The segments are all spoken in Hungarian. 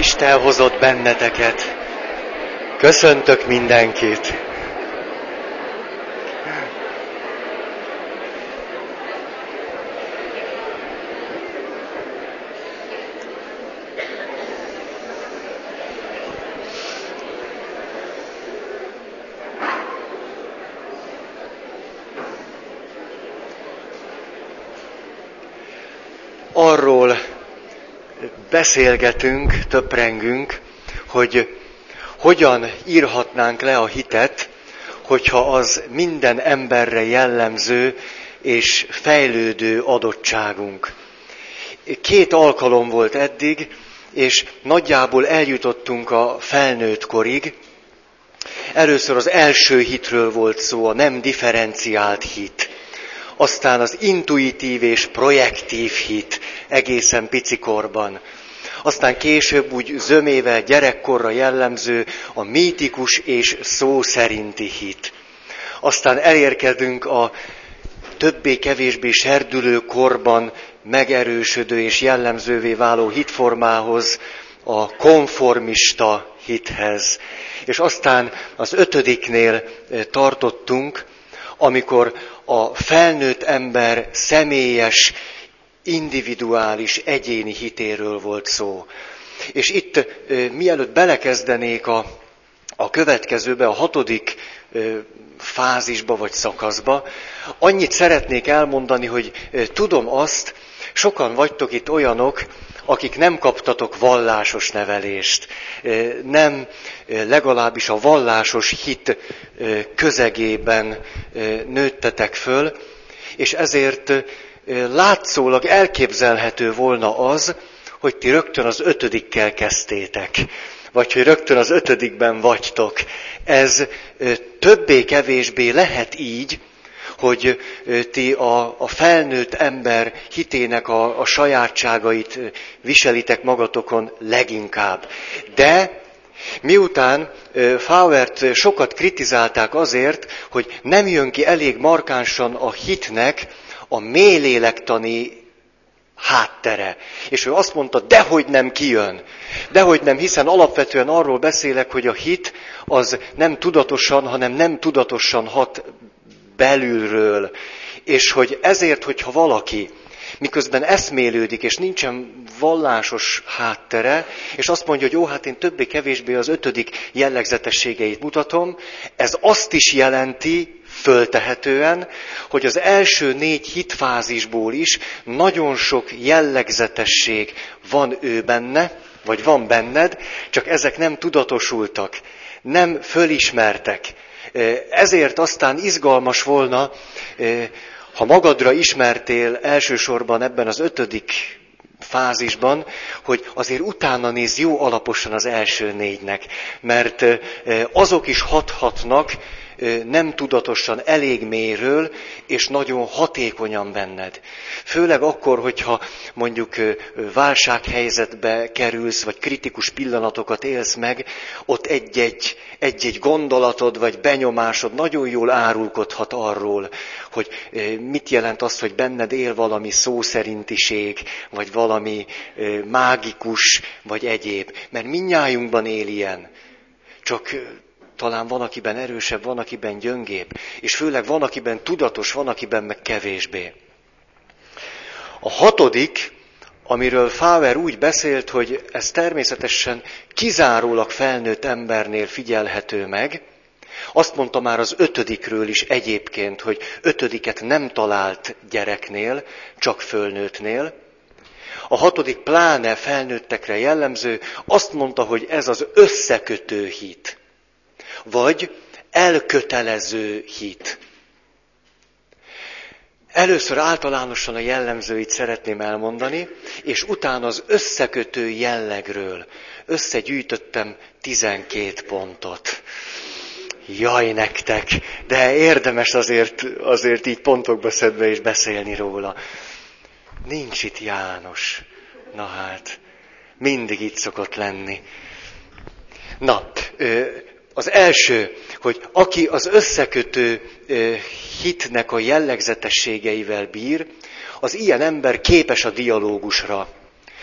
Isten hozott benneteket. Köszöntök mindenkit. Arról beszélgetünk, töprengünk, hogy hogyan írhatnánk le a hitet, hogyha az minden emberre jellemző és fejlődő adottságunk. 2 alkalom volt eddig, és nagyjából eljutottunk a felnőtt korig. Először az első hitről volt szó, a nem differenciált hit. Aztán az intuitív és projektív hit egészen picikorban. Aztán később úgy zömével gyerekkorra jellemző a mítikus és szó szerinti hit. Aztán elérkezünk a többé-kevésbé serdülő korban megerősödő és jellemzővé váló hitformához, a konformista hithez. És aztán az 5-nél tartottunk, amikor a felnőtt ember személyes, individuális, egyéni hitéről volt szó. És itt, mielőtt belekezdenék a következőbe, a 6. fázisba vagy szakaszba, annyit szeretnék elmondani, hogy tudom azt, sokan vagytok itt olyanok, akik nem kaptatok vallásos nevelést, nem legalábbis a vallásos hit közegében nőttetek föl, és ezért látszólag elképzelhető volna az, hogy ti rögtön az 5-kel kezdtétek, vagy hogy rögtön az 5-ben vagytok. Ez többé-kevésbé lehet így, hogy ti a felnőtt ember hitének a sajátságait viselitek magatokon leginkább. De miután Fauert sokat kritizálták azért, hogy nem jön ki elég markánsan a hitnek a mélylélektani háttere. És ő azt mondta, dehogy nem kijön. Dehogy nem, hiszen alapvetően arról beszélek, hogy a hit az nem tudatosan, hanem nem tudatosan hat belülről. És hogy ezért, hogyha valaki miközben eszmélődik, és nincsen vallásos háttere, és azt mondja, hogy jó, hát én többé-kevésbé az 5. jellegzetességeit mutatom, ez azt is jelenti, föltehetően, hogy az első 4 hitfázisból is nagyon sok jellegzetesség van ő benne, vagy van benned, csak ezek nem tudatosultak, nem fölismertek. Ezért aztán izgalmas volna, ha magadra ismertél elsősorban ebben az 5. fázisban, hogy azért utána néz jó alaposan az első 4-nek, mert azok is hathatnak nem tudatosan elég mélyről, és nagyon hatékonyan benned. Főleg akkor, hogyha mondjuk válsághelyzetbe kerülsz, vagy kritikus pillanatokat élsz meg, ott egy-egy gondolatod, vagy benyomásod nagyon jól árulkodhat arról, hogy mit jelent az, hogy benned él valami szószerintiség, vagy valami mágikus, vagy egyéb. Mert mindnyájunkban él ilyen. Csak talán van, akiben erősebb, van, akiben gyöngébb, és főleg van, akiben tudatos, van, akiben meg kevésbé. A 6., amiről Fauer úgy beszélt, hogy ez természetesen kizárólag felnőtt embernél figyelhető meg, azt mondta már az 5. is egyébként, hogy 5. nem talált gyereknél, csak fölnőttnél. A 6. pláne felnőttekre jellemző, azt mondta, hogy ez az összekötő hit. Vagy elkötelező hit. Először általánosan a jellemzőit szeretném elmondani, és utána az összekötő jellegről összegyűjtöttem 12 pontot. Jaj nektek, de érdemes azért így pontokba szedve is beszélni róla. Nincs itt János. Na hát, mindig itt szokott lenni. Na, az első, hogy aki az összekötő hitnek a jellegzetességeivel bír, az ilyen ember képes a dialógusra.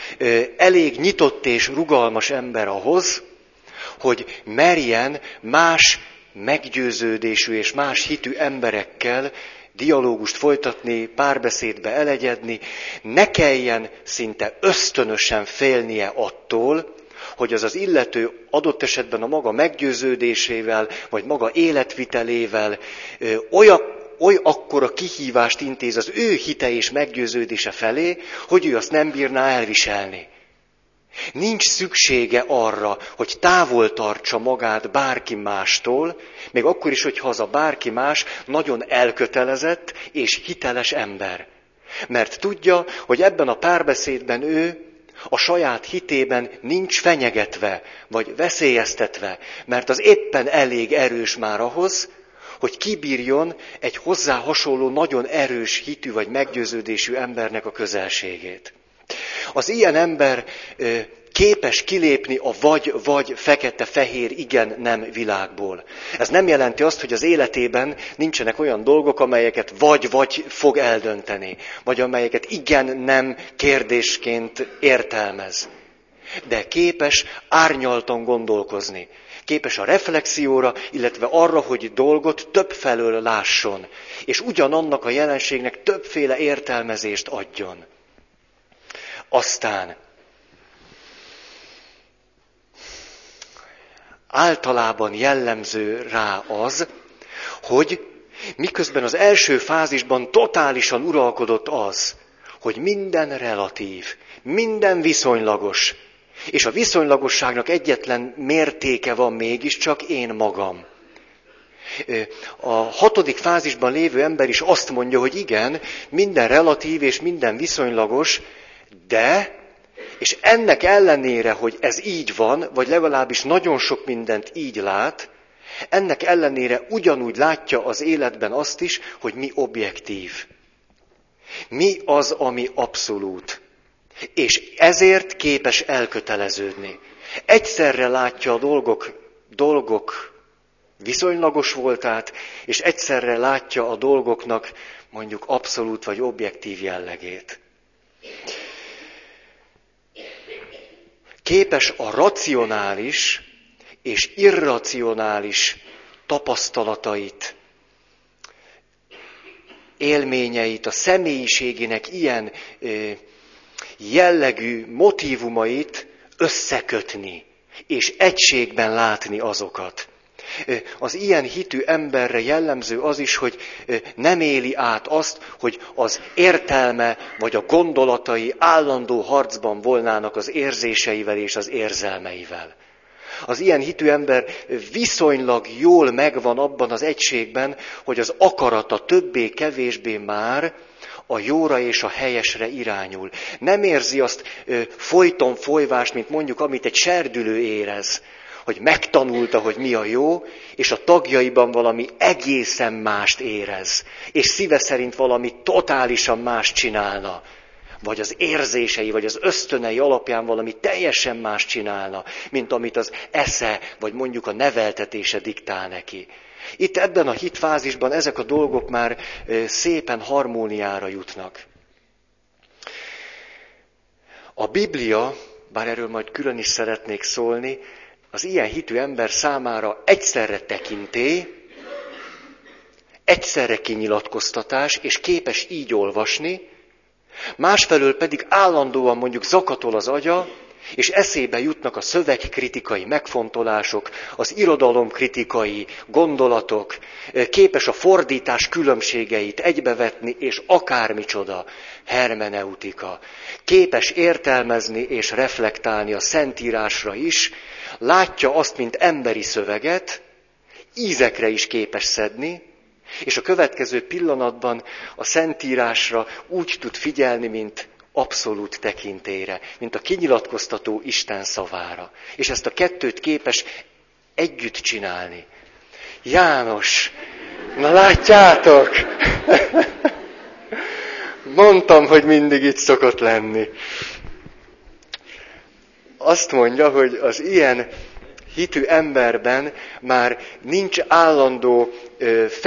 elég nyitott és rugalmas ember ahhoz, hogy merjen más meggyőződésű és más hitű emberekkel dialógust folytatni, párbeszédbe elegyedni, ne kelljen szinte ösztönösen félnie attól, hogy az illető adott esetben a maga meggyőződésével, vagy maga életvitelével akkora kihívást intéz az ő hite és meggyőződése felé, hogy ő azt nem bírná elviselni. Nincs szüksége arra, hogy távol tartsa magát bárki mástól, még akkor is, hogyha az a bárki más nagyon elkötelezett és hiteles ember. Mert tudja, hogy ebben a párbeszédben ő a saját hitében nincs fenyegetve, vagy veszélyeztetve, mert az éppen elég erős már ahhoz, hogy kibírjon egy hozzá hasonló nagyon erős hitű vagy meggyőződésű embernek a közelségét. Az ilyen ember képes kilépni a vagy fekete-fehér igen-nem világból. Ez nem jelenti azt, hogy az életében nincsenek olyan dolgok, amelyeket vagy fog eldönteni, vagy amelyeket igen-nem kérdésként értelmez. De képes árnyaltan gondolkozni. Képes a reflexióra, illetve arra, hogy dolgot többfelől lásson, és ugyanannak a jelenségnek többféle értelmezést adjon. Aztán általában jellemző rá az, hogy miközben az első fázisban totálisan uralkodott az, hogy minden relatív, minden viszonylagos, és a viszonylagosságnak egyetlen mértéke van mégiscsak én magam. A 6. fázisban lévő ember is azt mondja, hogy igen, minden relatív és minden viszonylagos, de, és ennek ellenére, hogy ez így van, vagy legalábbis nagyon sok mindent így lát, ennek ellenére ugyanúgy látja az életben azt is, hogy mi objektív. Mi az, ami abszolút. És ezért képes elköteleződni. Egyszerre látja a dolgok viszonylagos voltát, és egyszerre látja a dolgoknak mondjuk abszolút vagy objektív jellegét. Képes a racionális és irracionális tapasztalatait, élményeit, a személyiségének ilyen jellegű motívumait összekötni, és egységben látni azokat. Az ilyen hitű emberre jellemző az is, hogy nem éli át azt, hogy az értelme vagy a gondolatai állandó harcban volnának az érzéseivel és az érzelmeivel. Az ilyen hitű ember viszonylag jól megvan abban az egységben, hogy az akarata többé-kevésbé már a jóra és a helyesre irányul. Nem érzi azt folyton folyvást, mint mondjuk, amit egy serdülő érez, hogy megtanulta, hogy mi a jó, és a tagjaiban valami egészen mást érez, és szíve szerint valami totálisan mást csinálna, vagy az érzései, vagy az ösztönei alapján valami teljesen mást csinálna, mint amit az esze, vagy mondjuk a neveltetése diktál neki. Itt ebben a hitfázisban ezek a dolgok már szépen harmóniára jutnak. A Biblia, bár erről majd külön is szeretnék szólni, az ilyen hitű ember számára egyszerre tekintély, egyszerre kinyilatkoztatás, és képes így olvasni, másfelől pedig állandóan mondjuk zakatol az agya, és eszébe jutnak a szövegkritikai megfontolások, az irodalomkritikai gondolatok, képes a fordítás különbségeit egybevetni, és akármicsoda hermeneutika. Képes értelmezni és reflektálni a Szentírásra is, látja azt, mint emberi szöveget, ízekre is képes szedni, és a következő pillanatban a Szentírásra úgy tud figyelni, mint abszolút tekintélyre, mint a kinyilatkoztató Isten szavára. És ezt a kettőt képes együtt csinálni. János, na látjátok? Mondtam, hogy mindig itt szokott lenni. Azt mondja, hogy az ilyen hitű emberben már nincs állandó,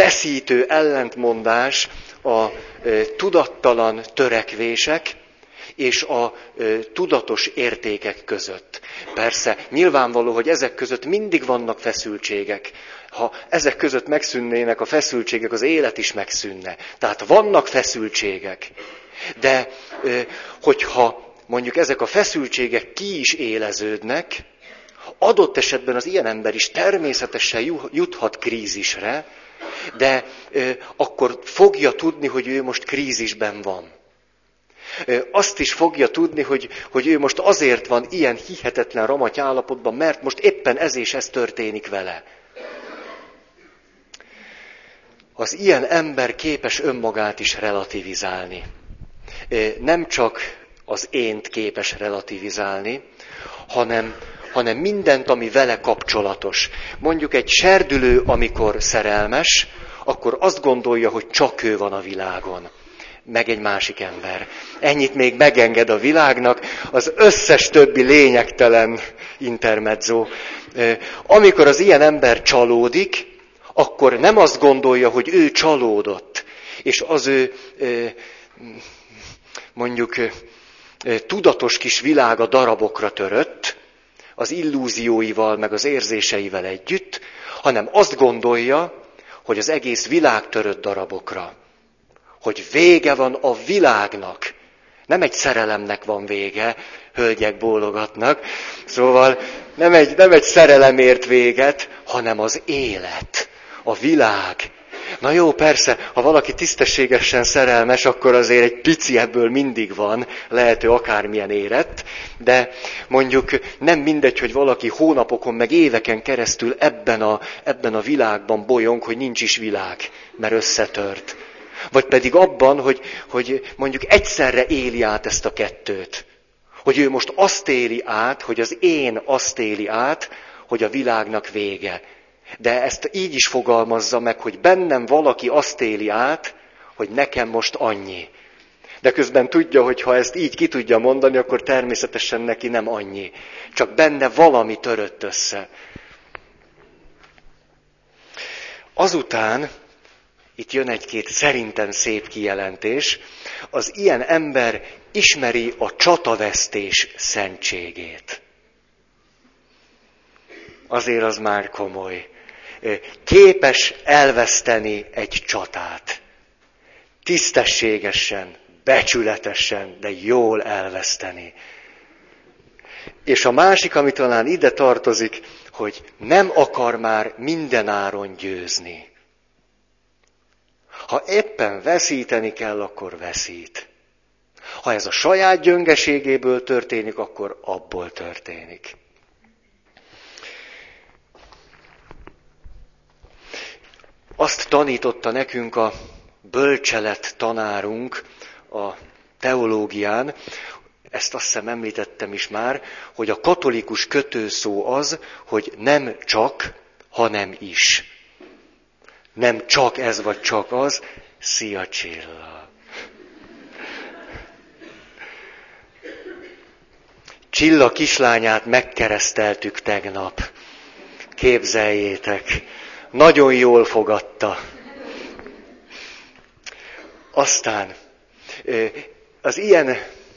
feszítő ellentmondás a tudattalan törekvések és a tudatos értékek között. Persze, nyilvánvaló, hogy ezek között mindig vannak feszültségek. Ha ezek között megszűnnének a feszültségek, az élet is megszűnne. Tehát vannak feszültségek. De hogyha mondjuk ezek a feszültségek ki is éleződnek, adott esetben az ilyen ember is természetesen juthat krízisre, de akkor fogja tudni, hogy ő most krízisben van. Azt is fogja tudni, hogy ő most azért van ilyen hihetetlen ramaty állapotban, mert most éppen ez és ez történik vele. Az ilyen ember képes önmagát is relativizálni. Nem csak az ént képes relativizálni, hanem mindent, ami vele kapcsolatos. Mondjuk egy serdülő, amikor szerelmes, akkor azt gondolja, hogy csak ő van a világon. Meg egy másik ember. Ennyit még megenged a világnak, az összes többi lényegtelen intermezzo. Amikor az ilyen ember csalódik, akkor nem azt gondolja, hogy ő csalódott, és az ő mondjuk tudatos kis világa darabokra törött, az illúzióival, meg az érzéseivel együtt, hanem azt gondolja, hogy az egész világ törött darabokra. Hogy vége van a világnak. Nem egy szerelemnek van vége, hölgyek bólogatnak. Szóval nem egy szerelemért véget, hanem az élet, a világ. Na jó, persze, ha valaki tisztességesen szerelmes, akkor azért egy pici ebből mindig van, lehető akármilyen érett, de mondjuk nem mindegy, hogy valaki hónapokon, meg éveken keresztül ebben a világban bolyong, hogy nincs is világ, mert összetört. Vagy pedig abban, hogy mondjuk egyszerre éli át ezt a kettőt. Hogy ő most azt éli át, hogy az én azt éli át, hogy a világnak vége. De ezt így is fogalmazza meg, hogy bennem valaki azt éli át, hogy nekem most annyi. De közben tudja, hogy ha ezt így ki tudja mondani, akkor természetesen neki nem annyi. Csak benne valami törött össze. Azután, itt jön egy-két szerintem szép kijelentés, az ilyen ember ismeri a csatavesztés szentségét. Azért az már komoly. Képes elveszteni egy csatát. Tisztességesen, becsületesen, de jól elveszteni. És a másik, ami talán ide tartozik, hogy nem akar már mindenáron győzni. Ha éppen veszíteni kell, akkor veszít. Ha ez a saját gyöngeségéből történik, akkor abból történik. Azt tanította nekünk a bölcselet tanárunk a teológián, ezt azt hiszem említettem is már, hogy a katolikus kötőszó az, hogy nem csak, hanem is. Nem csak ez vagy csak az, szia Csilla. Csilla kislányát megkereszteltük tegnap. Képzeljétek. Nagyon jól fogadta. Aztán az ilyen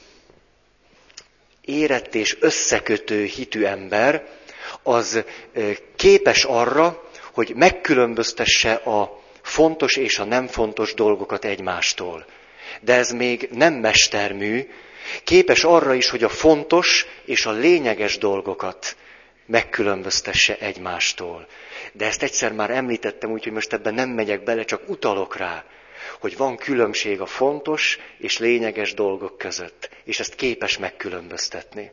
érett és összekötő hitű ember, az képes arra, hogy megkülönböztesse a fontos és a nem fontos dolgokat egymástól. De ez még nem mestermű, képes arra is, hogy a fontos és a lényeges dolgokat megkülönböztesse egymástól. De ezt egyszer már említettem, úgyhogy most ebben nem megyek bele, csak utalok rá, hogy van különbség a fontos és lényeges dolgok között, és ezt képes megkülönböztetni.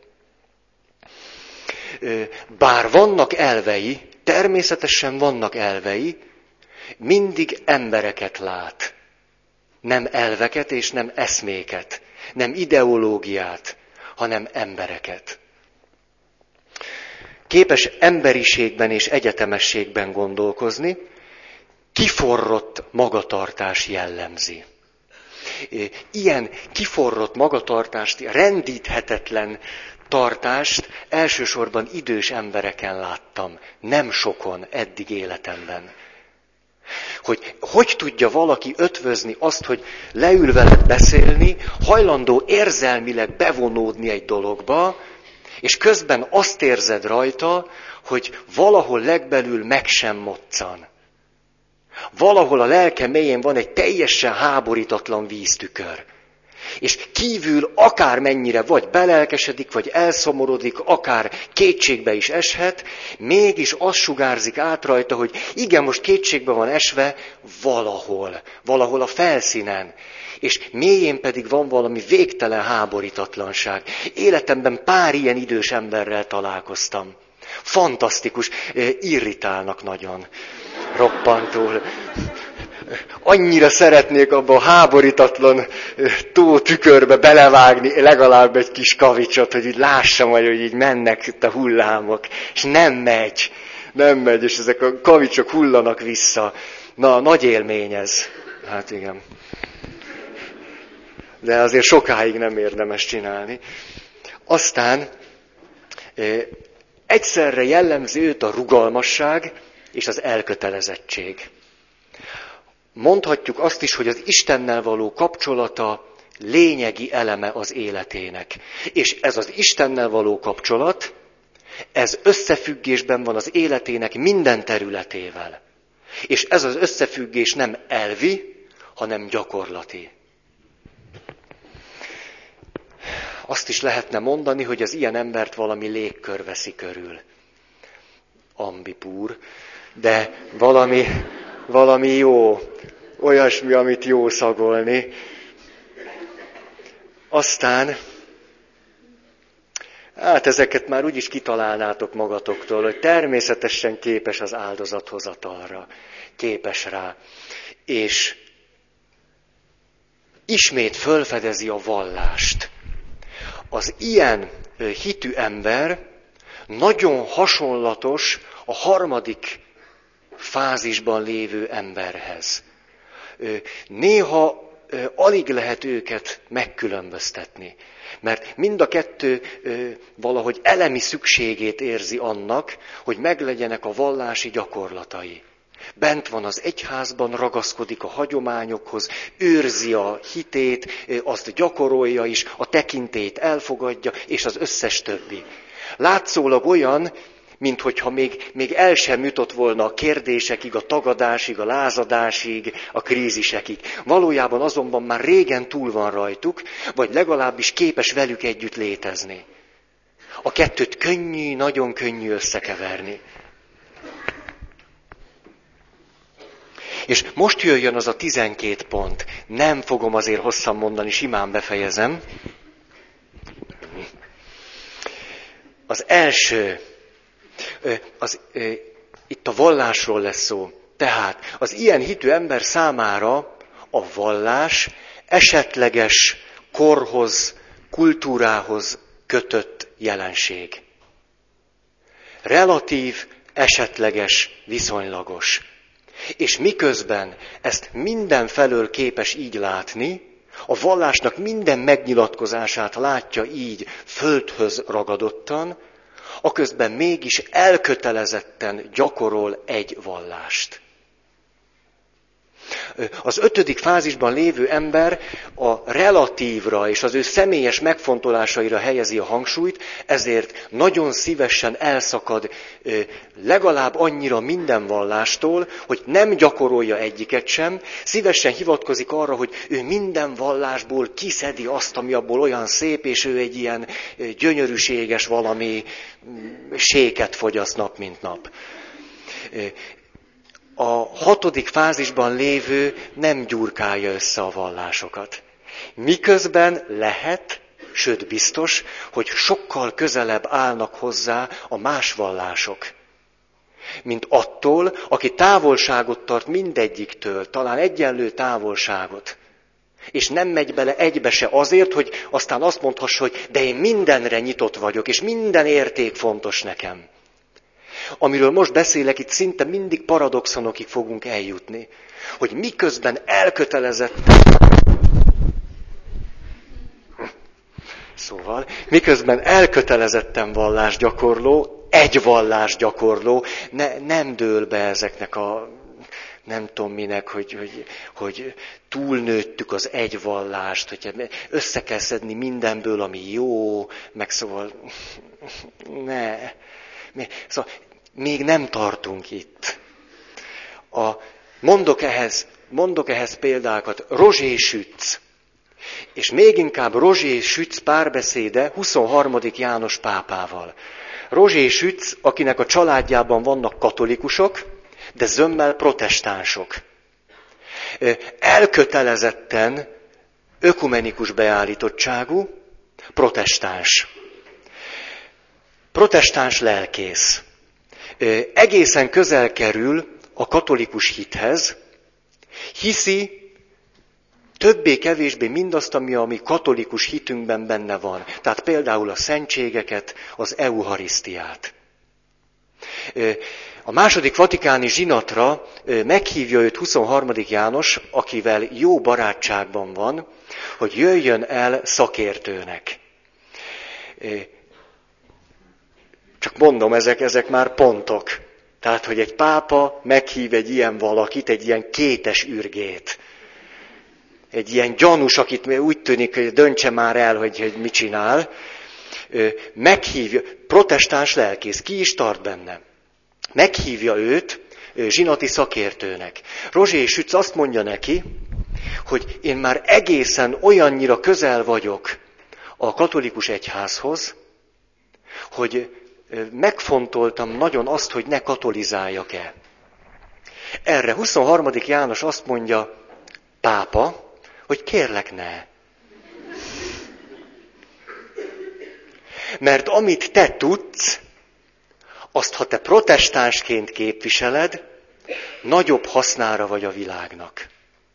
Bár vannak elvei, természetesen vannak elvei, mindig embereket lát. Nem elveket és nem eszméket, nem ideológiát, hanem embereket. Képes emberiségben és egyetemességben gondolkozni, kiforrott magatartás jellemzi. Ilyen kiforrott magatartást, rendíthetetlen tartást elsősorban idős embereken láttam, nem sokon eddig életemben. Hogy tudja valaki ötvözni azt, hogy leül veled beszélni, hajlandó érzelmileg bevonódni egy dologba, és közben azt érzed rajta, hogy valahol legbelül meg sem moccan. Valahol a lelke mélyén van egy teljesen háborítatlan víztükör. És kívül akármennyire vagy belelkesedik, vagy elszomorodik, akár kétségbe is eshet, mégis az sugárzik át rajta, hogy igen, most kétségbe van esve valahol a felszínen. És mélyén pedig van valami végtelen háborítatlanság. Életemben pár ilyen idős emberrel találkoztam. Fantasztikus, irritálnak nagyon, roppantul. Annyira szeretnék abba a háborítatlan tükörbe belevágni legalább egy kis kavicsot, hogy így lássam, hogy így mennek itt a hullámok. És nem megy, és ezek a kavicsok hullanak vissza. Na, nagy élmény ez. Hát igen. De azért sokáig nem érdemes csinálni. Aztán egyszerre jellemzi őt a rugalmasság és az elkötelezettség. Mondhatjuk azt is, hogy az Istennel való kapcsolata lényegi eleme az életének. És ez az Istennel való kapcsolat, ez összefüggésben van az életének minden területével. És ez az összefüggés nem elvi, hanem gyakorlati. Azt is lehetne mondani, hogy az ilyen embert valami légkör veszi körül. Ambipúr, de valami jó, olyasmi, amit jó szagolni. Aztán, hát ezeket már úgyis kitalálnátok magatoktól, hogy természetesen képes az áldozathozatalra, képes rá. És ismét fölfedezi a vallást. Az ilyen hitű ember nagyon hasonlatos a harmadik fázisban lévő emberhez. Néha alig lehet őket megkülönböztetni, mert mind a kettő valahogy elemi szükségét érzi annak, hogy meglegyenek a vallási gyakorlatai. Bent van az egyházban, ragaszkodik a hagyományokhoz, őrzi a hitét, azt gyakorolja is, a tekintét elfogadja, és az összes többi. Látszólag olyan, minthogyha még el sem jutott volna a kérdésekig, a tagadásig, a lázadásig, a krízisekig. Valójában azonban már régen túl van rajtuk, vagy legalábbis képes velük együtt létezni. A kettőt könnyű, nagyon könnyű összekeverni. És most jöjjön az a 12 pont. Nem fogom azért hosszan mondani, simán befejezem. Az első, itt a vallásról lesz szó. Tehát az ilyen hitű ember számára a vallás esetleges korhoz, kultúrához kötött jelenség. Relatív, esetleges, viszonylagos. És miközben ezt mindenfelől képes így látni, a vallásnak minden megnyilatkozását látja így földhöz ragadottan, aközben mégis elkötelezetten gyakorol egy vallást. Az 5. fázisban lévő ember a relatívra és az ő személyes megfontolásaira helyezi a hangsúlyt, ezért nagyon szívesen elszakad legalább annyira minden vallástól, hogy nem gyakorolja egyiket sem, szívesen hivatkozik arra, hogy ő minden vallásból kiszedi azt, ami abból olyan szép, és ő egy ilyen gyönyörűséges valami séket fogyaszt nap mint nap. A 6. fázisban lévő nem gyurkálja össze a vallásokat. Miközben lehet, sőt biztos, hogy sokkal közelebb állnak hozzá a más vallások, mint attól, aki távolságot tart mindegyiktől, talán egyenlő távolságot. És nem megy bele egybe se azért, hogy aztán azt mondhassa, hogy de én mindenre nyitott vagyok, és minden érték fontos nekem. Amiről most beszélek, itt szinte mindig paradoxonokig fogunk eljutni. Hogy miközben elkötelezetten vallásgyakorló, egy vallásgyakorló, nem dől be ezeknek a nem tudom minek, hogy túlnőttük az egyvallást, hogy össze kell szedni mindenből, ami jó, meg szóval ne. Szóval még nem tartunk itt. Mondok ehhez példákat. Rozsé Sütz. És még inkább Rozsé Sütz párbeszéde 23. János pápával. Rozsé Sütz, akinek a családjában vannak katolikusok, de zömmel protestánsok. Elkötelezetten ökumenikus beállítottságú, protestáns. Protestáns lelkész. Egészen közel kerül a katolikus hithez, hiszi többé-kevésbé mindazt, ami a mi katolikus hitünkben benne van. Tehát például a szentségeket, az eucharisztiát. A második vatikáni zsinatra meghívja őt 23. János, akivel jó barátságban van, hogy jöjjön el szakértőnek. Csak mondom, ezek már pontok. Tehát, hogy egy pápa meghív egy ilyen valakit, egy ilyen kétes ürgét. Egy ilyen gyanús, akit úgy tűnik, hogy döntse már el, hogy mit csinál. Meghívja, protestáns lelkész, ki is tart benne. Meghívja őt zsinati szakértőnek. Rozsé Sütz azt mondja neki, hogy én már egészen olyannyira közel vagyok a katolikus egyházhoz, hogy megfontoltam nagyon azt, hogy ne katolizáljak-e. Erre 23. János azt mondja, pápa, hogy kérlek ne. Mert amit te tudsz, azt, ha te protestánsként képviseled, nagyobb hasznára vagy a világnak.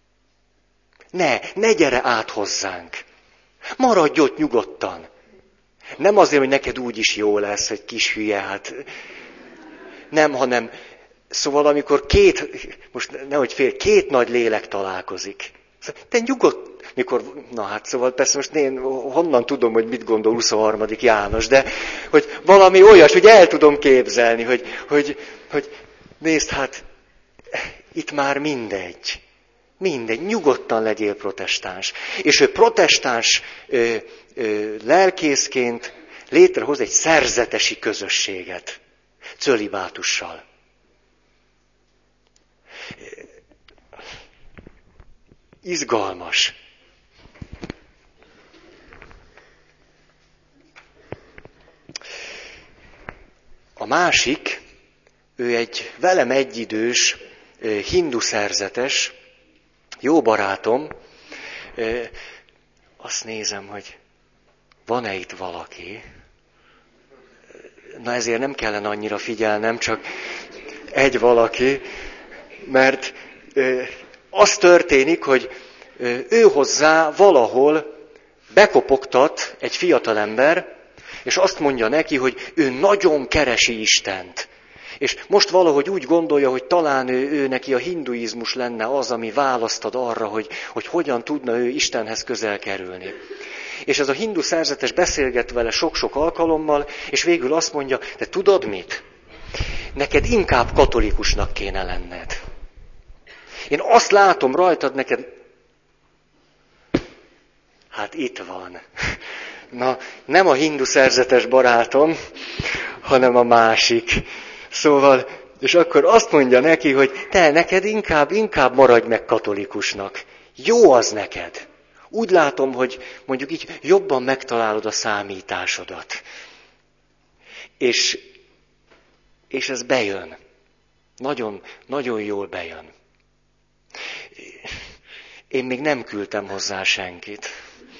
Ne gyere át hozzánk. Maradj ott nyugodtan. Nem azért, hogy neked úgy is jó lesz, hogy kis hülye, hát. Nem, hanem, szóval amikor két nagy lélek találkozik. Te nyugodt, szóval persze most én honnan tudom, hogy mit gondol 23. János, de hogy valami olyas, hogy el tudom képzelni, hogy nézd, hát itt már mindegy. Mindegy, nyugodtan legyél protestáns. És ő protestáns lelkészként létrehoz egy szerzetesi közösséget, cölibátussal. Izgalmas. A másik, ő egy velem egyidős hindu szerzetes, jó barátom. Azt nézem, hogy van-e itt valaki. Na ezért nem kellene annyira figyelnem, csak egy valaki, mert az történik, hogy ő hozzá valahol bekopogtat egy fiatalember, és azt mondja neki, hogy ő nagyon keresi Istent. És most valahogy úgy gondolja, hogy talán ő neki a hinduizmus lenne az, ami választ ad arra, hogy hogyan tudna ő Istenhez közel kerülni. És ez a hindu szerzetes beszélget vele sok-sok alkalommal, és végül azt mondja, de tudod mit? Neked inkább katolikusnak kéne lenned. Én azt látom rajtad neked, hát itt van. Na, nem a hindu szerzetes barátom, hanem a másik. Szóval, és akkor azt mondja neki, hogy te neked inkább maradj meg katolikusnak. Jó az neked. Úgy látom, hogy mondjuk így jobban megtalálod a számításodat. És ez bejön. Nagyon, nagyon jól bejön. Én még nem küldtem hozzá senkit.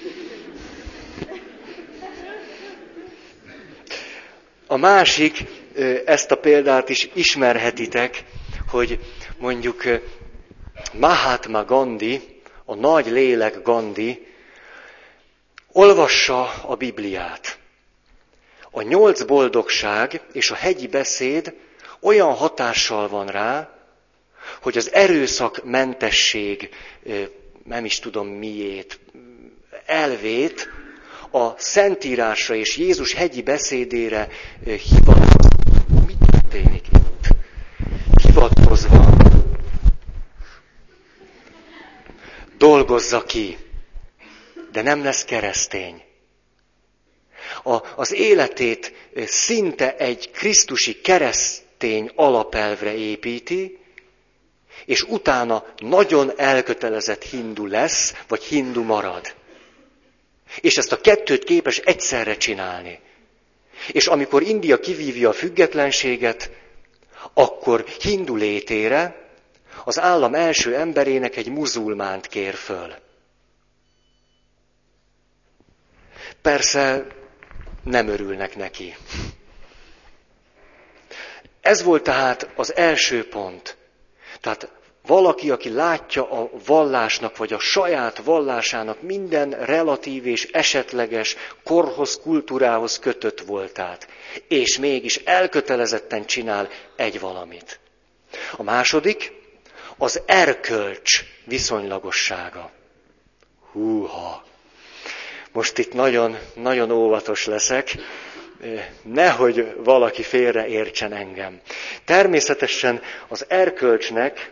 A másik, ezt a példát is ismerhetitek, hogy mondjuk Mahatma Gandhi, a nagy lélek Gandhi, olvassa a Bibliát. A 8 boldogság és a hegyi beszéd olyan hatással van rá, hogy az erőszakmentesség, nem is tudom miét, elvét a Szentírásra és Jézus hegyi beszédére hivatkozva. Mi történik itt? Hivatkozva dolgozza ki, de nem lesz keresztény. Az életét szinte egy krisztusi keresztény alapelvre építi, és utána nagyon elkötelezett hindu lesz, vagy hindu marad. És ezt a kettőt képes egyszerre csinálni. És amikor India kivívja a függetlenséget, akkor hindu létére az állam első emberének egy muzulmánt kér föl. Persze nem örülnek neki. Ez volt tehát az első pont. Tehát valaki, aki látja a vallásnak, vagy a saját vallásának minden relatív és esetleges korhoz, kultúrához kötött voltát, és mégis elkötelezetten csinál egy valamit. A második, az erkölcs viszonylagossága. Húha! Most itt nagyon, nagyon óvatos leszek, nehogy valaki félreértsen engem. Természetesen az erkölcsnek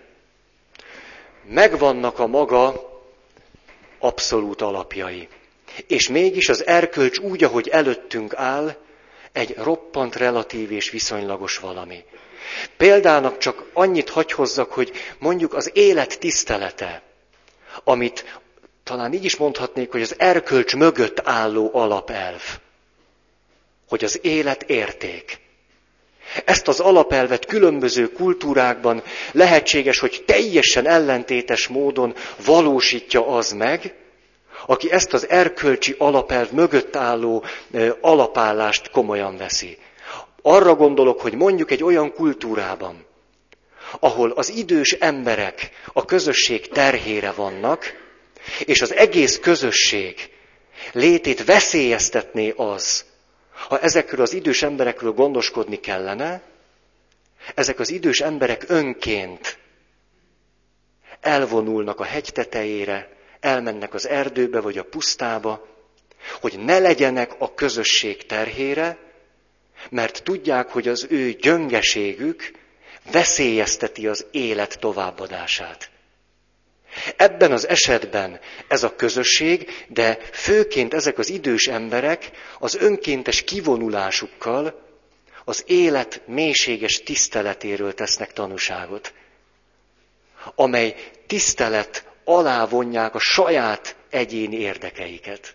megvannak a maga abszolút alapjai. És mégis az erkölcs úgy, ahogy előttünk áll, egy roppant relatív és viszonylagos valami. Példának csak annyit hagy hozzak, hogy mondjuk az élet tisztelete, amit talán így is mondhatnék, hogy az erkölcs mögött álló alapelv, hogy az élet érték. Ezt az alapelvet különböző kultúrákban lehetséges, hogy teljesen ellentétes módon valósítja az meg, aki ezt az erkölcsi alapelv mögött álló alapállást komolyan veszi. Arra gondolok, hogy mondjuk egy olyan kultúrában, ahol az idős emberek a közösség terhére vannak, és az egész közösség létét veszélyeztetné az, ha ezekről az idős emberekről gondoskodni kellene, ezek az idős emberek önként elvonulnak a hegy tetejére, elmennek az erdőbe vagy a pusztába, hogy ne legyenek a közösség terhére, mert tudják, hogy az ő gyöngeségük veszélyezteti az élet továbbadását. Ebben az esetben ez a közösség, de főként ezek az idős emberek az önkéntes kivonulásukkal az élet mélységes tiszteletéről tesznek tanúságot, amely tisztelet alá vonják a saját egyéni érdekeiket.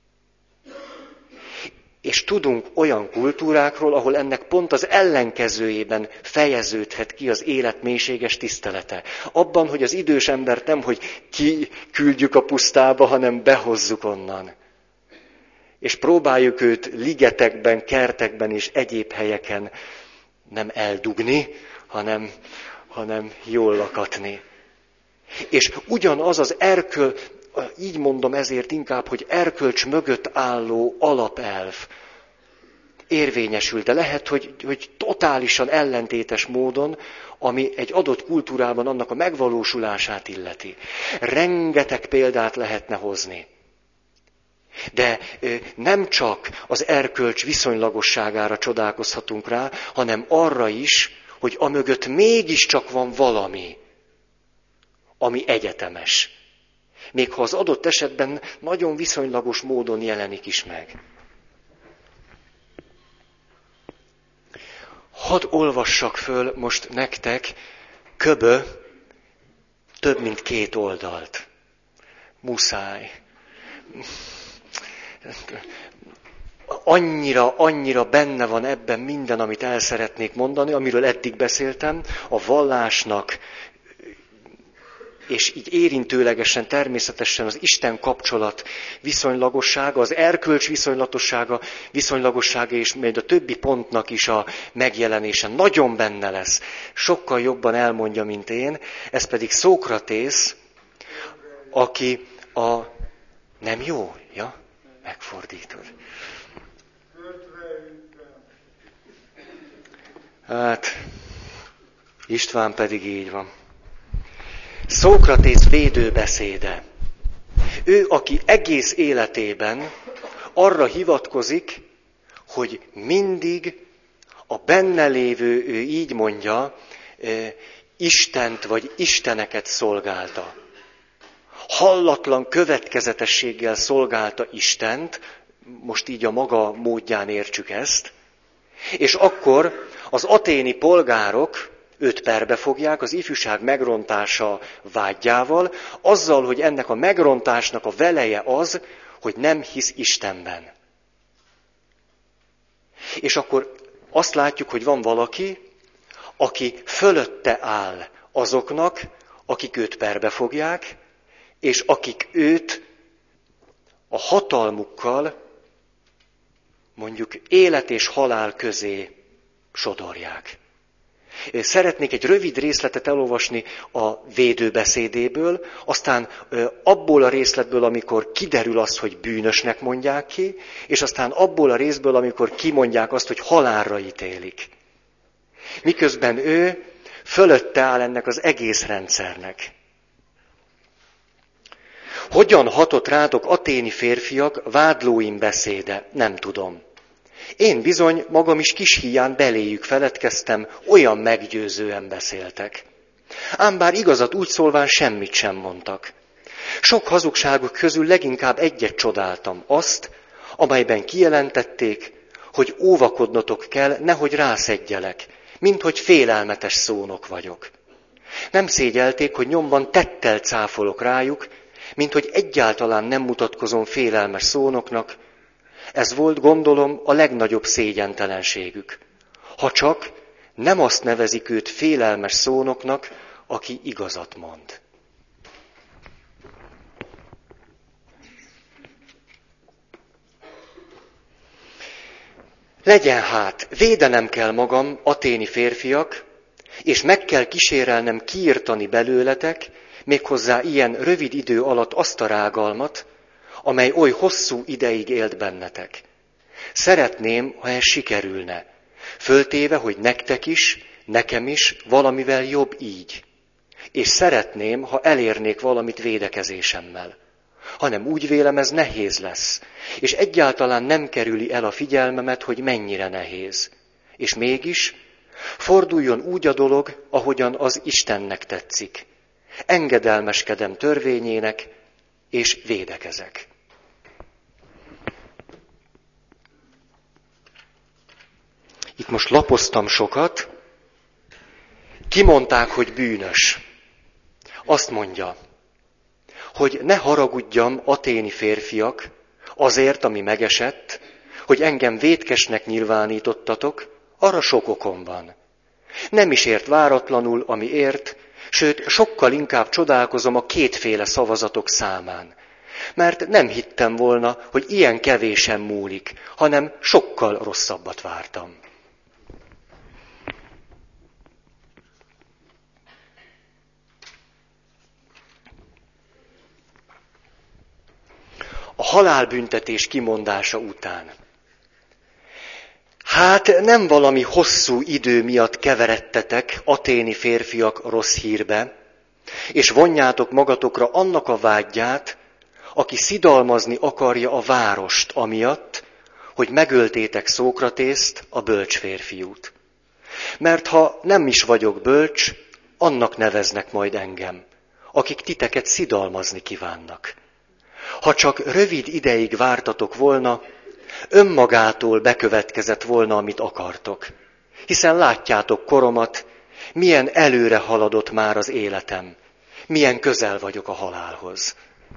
És tudunk olyan kultúrákról, ahol ennek pont az ellenkezőjében fejeződhet ki az élet mélységes tisztelete. Abban, hogy az idős embert nem, hogy kiküldjük a pusztába, hanem behozzuk onnan. És próbáljuk őt ligetekben, kertekben és egyéb helyeken nem eldugni, hanem jól lakatni. És ugyanaz az így mondom ezért inkább, hogy erkölcs mögött álló alapelv érvényesül, de lehet, hogy totálisan ellentétes módon, ami egy adott kultúrában annak a megvalósulását illeti. Rengeteg példát lehetne hozni. De nem csak az erkölcs viszonylagosságára csodálkozhatunk rá, hanem arra is, hogy amögött mégiscsak van valami, ami egyetemes. Még ha az adott esetben nagyon viszonylagos módon jelenik is meg. Hadd olvassak föl most nektek köbö több mint 2 oldalt. Muszáj. Annyira benne van ebben minden, amit el szeretnék mondani, amiről eddig beszéltem, a vallásnak, és így érintőlegesen, természetesen az Isten kapcsolat viszonylagossága, az erkölcs viszonylagossága, és majd a többi pontnak is a megjelenése nagyon benne lesz. Sokkal jobban elmondja, mint én. Ez pedig Szókratész, aki Nem jó? Ja? Megfordítod. Hát, István pedig így van. Szókratész védőbeszéde. Ő, aki egész életében arra hivatkozik, hogy mindig a benne lévő, ő így mondja, Istent vagy isteneket szolgálta. hallatlan következetességgel szolgálta Istent, most így a maga módján értsük ezt, és akkor az athéni polgárok őt perbe fogják az ifjúság megrontása vádjával, azzal, hogy ennek a megrontásnak a veleje az, hogy nem hisz Istenben. És akkor azt látjuk, hogy van valaki, aki fölötte áll azoknak, akik őt perbe fogják, és akik őt a hatalmukkal mondjuk élet és halál közé sodorják. Szeretnék egy rövid részletet elolvasni a védőbeszédéből, aztán abból a részletből, amikor kiderül az, hogy bűnösnek mondják ki, és aztán abból a részből, amikor kimondják azt, hogy halálra ítélik. Miközben ő fölötte áll ennek az egész rendszernek. Hogyan hatott rátok athéni férfiak vádlóim beszéde? Nem tudom. Én bizony magam is kis híján beléjük feledkeztem, olyan meggyőzően beszéltek. Ám bár igazat úgy szólván semmit sem mondtak. Sok hazugságuk közül leginkább egyet csodáltam, azt, amelyben kijelentették, hogy óvakodnotok kell, nehogy rászedjelek, minthogy félelmetes szónok vagyok. Nem szégyelték, hogy nyomban tettel cáfolok rájuk, minthogy egyáltalán nem mutatkozom félelmes szónoknak. Ez volt, gondolom, a legnagyobb szégyentelenségük. Ha csak nem azt nevezik őt félelmes szónoknak, aki igazat mond. Legyen hát, védenem kell magam, athéni férfiak, és meg kell kísérelnem kiirtani belőletek, méghozzá ilyen rövid idő alatt azt a rágalmat, amely oly hosszú ideig élt bennetek. Szeretném, ha ez sikerülne, föltéve, hogy nektek is, nekem is valamivel jobb így. És szeretném, ha elérnék valamit védekezésemmel. Hanem úgy vélem, ez nehéz lesz, és egyáltalán nem kerüli el a figyelmemet, hogy mennyire nehéz. És mégis forduljon úgy a dolog, ahogyan az Istennek tetszik. Engedelmeskedem törvényének, és védekezek. Itt most lapoztam sokat, kimondták, hogy bűnös. Azt mondja, hogy ne haragudjam, athéni férfiak, azért, ami megesett, hogy engem vétkesnek nyilvánítottatok, arra sok okom van. Nem is ért váratlanul, ami ért, sőt, sokkal inkább csodálkozom a kétféle szavazatok számán. Mert nem hittem volna, hogy ilyen kevésen múlik, hanem sokkal rosszabbat vártam. A halálbüntetés kimondása után. Hát nem valami hosszú idő miatt keveredtetek, athéni férfiak, rossz hírbe, és vonjátok magatokra annak a vádját, aki szidalmazni akarja a várost amiatt, hogy megöltétek Szókratészt, a bölcs férfiút. Mert ha nem is vagyok bölcs, annak neveznek majd engem, akik titeket szidalmazni kívánnak. Ha csak rövid ideig vártatok volna, önmagától bekövetkezett volna, amit akartok. Hiszen látjátok koromat, milyen előre haladott már az életem, milyen közel vagyok a halálhoz.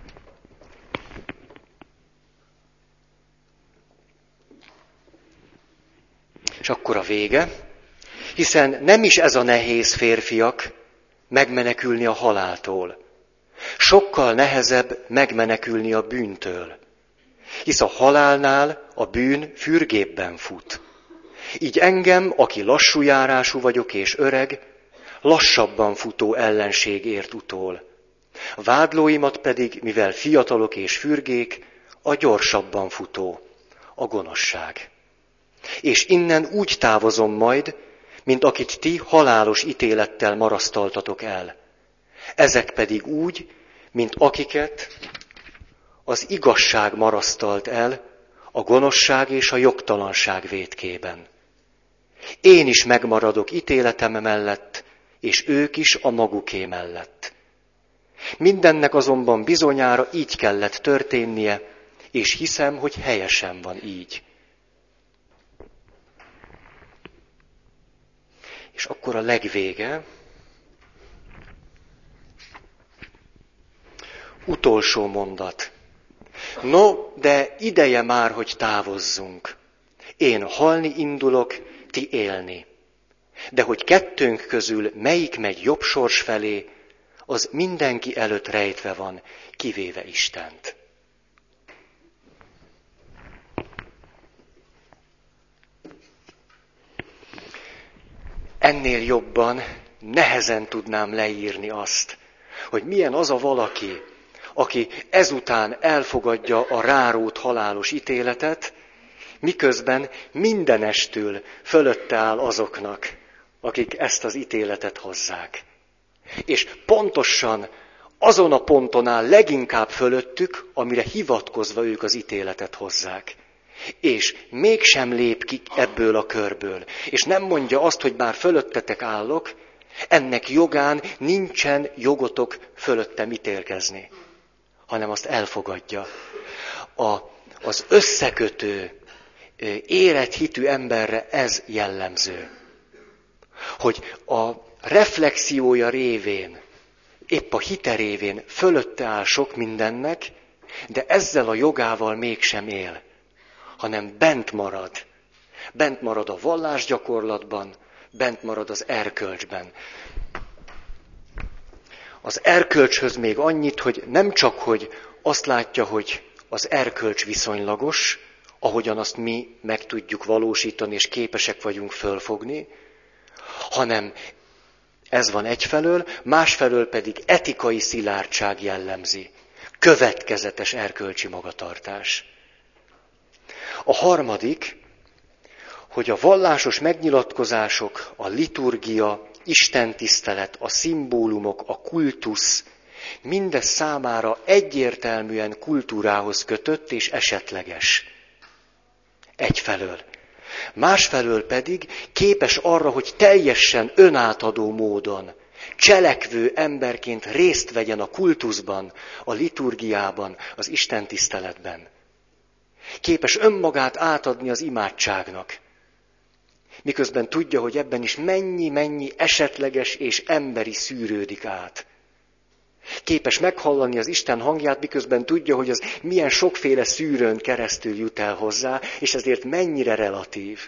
És akkor a vége, hiszen nem is ez a nehéz, férfiak, megmenekülni a haláltól. Sokkal nehezebb megmenekülni a bűntől. Hisz a halálnál a bűn fürgébben fut. Így engem, aki lassú járású vagyok és öreg, lassabban futó ellenség ért utól. Vádlóimat pedig, mivel fiatalok és fürgék, a gyorsabban futó, a gonoszság. És innen úgy távozom majd, mint akit ti halálos ítélettel marasztaltatok el. Ezek pedig úgy, mint akiket az igazság marasztalt el a gonoszság és a jogtalanság vétkében. Én is megmaradok ítéletem mellett, és ők is a maguké mellett. Mindennek azonban bizonyára így kellett történnie, és hiszem, hogy helyesen van így. És akkor a legvége, utolsó mondat. No, de ideje már, hogy távozzunk. Én halni indulok, ti élni. De hogy kettőnk közül melyik megy jobb sors felé, az mindenki előtt rejtve van, kivéve Istent. Ennél jobban nehezen tudnám leírni azt, hogy milyen az a valaki, aki ezután elfogadja a rárót halálos ítéletet, miközben mindenestül fölötte áll azoknak, akik ezt az ítéletet hozzák. És pontosan azon a ponton áll leginkább fölöttük, amire hivatkozva ők az ítéletet hozzák. És mégsem lép ki ebből a körből. És nem mondja azt, hogy bár fölöttetek állok, ennek jogán nincsen jogotok fölöttem ítélkezni, hanem azt elfogadja. Az összekötő, érett hitű emberre ez jellemző. Hogy a reflexiója révén, épp a hite révén fölötte áll sok mindennek, de ezzel a jogával mégsem él, hanem bent marad. Bent marad a vallásgyakorlatban, bent marad az erkölcsben. Az erkölcshöz még annyit, hogy nem csak, hogy azt látja, hogy az erkölcs viszonylagos, ahogyan azt mi meg tudjuk valósítani, és képesek vagyunk fölfogni, hanem ez van egyfelől, másfelől pedig etikai szilárdság jellemzi. Következetes erkölcsi magatartás. A harmadik, hogy a vallásos megnyilatkozások, a liturgia, istentisztelet, a szimbólumok, a kultusz, mindez számára egyértelműen kultúrához kötött és esetleges. Egyfelől. Másfelől pedig képes arra, hogy teljesen önátadó módon, cselekvő emberként részt vegyen a kultuszban, a liturgiában, az istentiszteletben. Képes önmagát átadni az imádságnak, miközben tudja, hogy ebben is mennyi esetleges és emberi szűrődik át. Képes meghallani az Isten hangját, miközben tudja, hogy az milyen sokféle szűrőn keresztül jut el hozzá, és ezért mennyire relatív.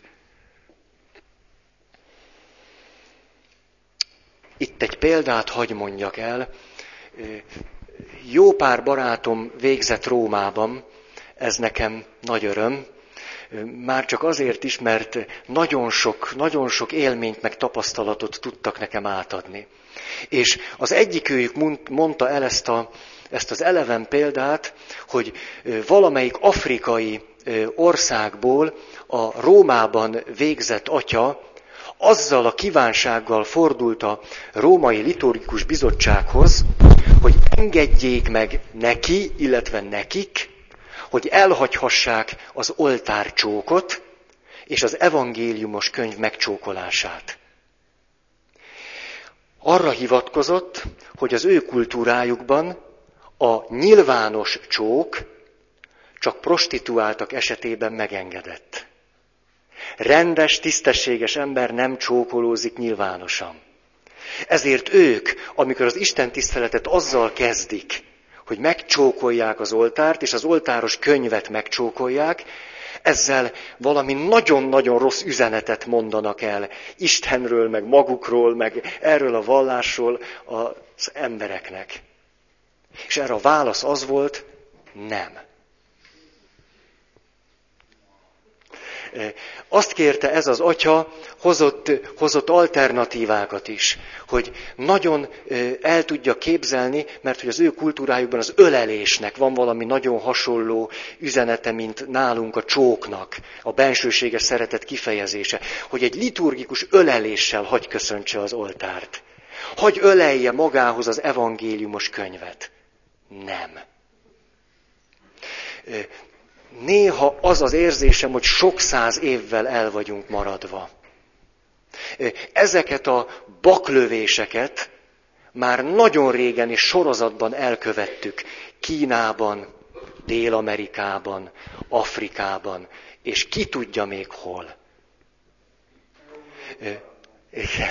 Itt egy példát hagy mondjak el. Jó pár barátom végzett Rómában, ez nekem nagy öröm. Már csak azért is, mert nagyon sok élményt meg tapasztalatot tudtak nekem átadni. És az egyikőjük mondta el ezt az eleven példát, hogy valamelyik afrikai országból a Rómában végzett atya azzal a kívánsággal fordult a Római Liturgikus Bizottsághoz, hogy engedjék meg neki, illetve nekik, hogy elhagyhassák az oltárcsókot és az evangéliumos könyv megcsókolását. Arra hivatkozott, hogy az ő kultúrájukban a nyilvános csók csak prostituáltak esetében megengedett. Rendes, tisztességes ember nem csókolózik nyilvánosan. Ezért ők, amikor az istentiszteletet azzal kezdik, hogy megcsókolják az oltárt, és az oltáros könyvet megcsókolják, ezzel valami nagyon-nagyon rossz üzenetet mondanak el Istenről, meg magukról, meg erről a vallásról az embereknek. És erre a válasz az volt, nem. Azt kérte ez az atya, hozott alternatívákat is, hogy nagyon el tudja képzelni, mert hogy az ő kultúrájukban az ölelésnek van valami nagyon hasonló üzenete, mint nálunk a csóknak, a bensőséges szeretet kifejezése, hogy egy liturgikus öleléssel hagy köszöntse az oltárt. Hagy ölelje magához az evangéliumos könyvet. Nem. Néha az az érzésem, hogy sok száz évvel el vagyunk maradva. Ezeket a baklövéseket már nagyon régen és sorozatban elkövettük Kínában, Dél-Amerikában, Afrikában, és ki tudja még hol. Igen.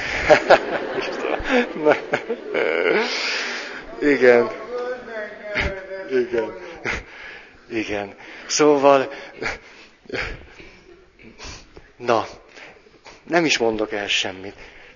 Igen. Igen. Igen. Szóval, na, nem is mondok el semmit.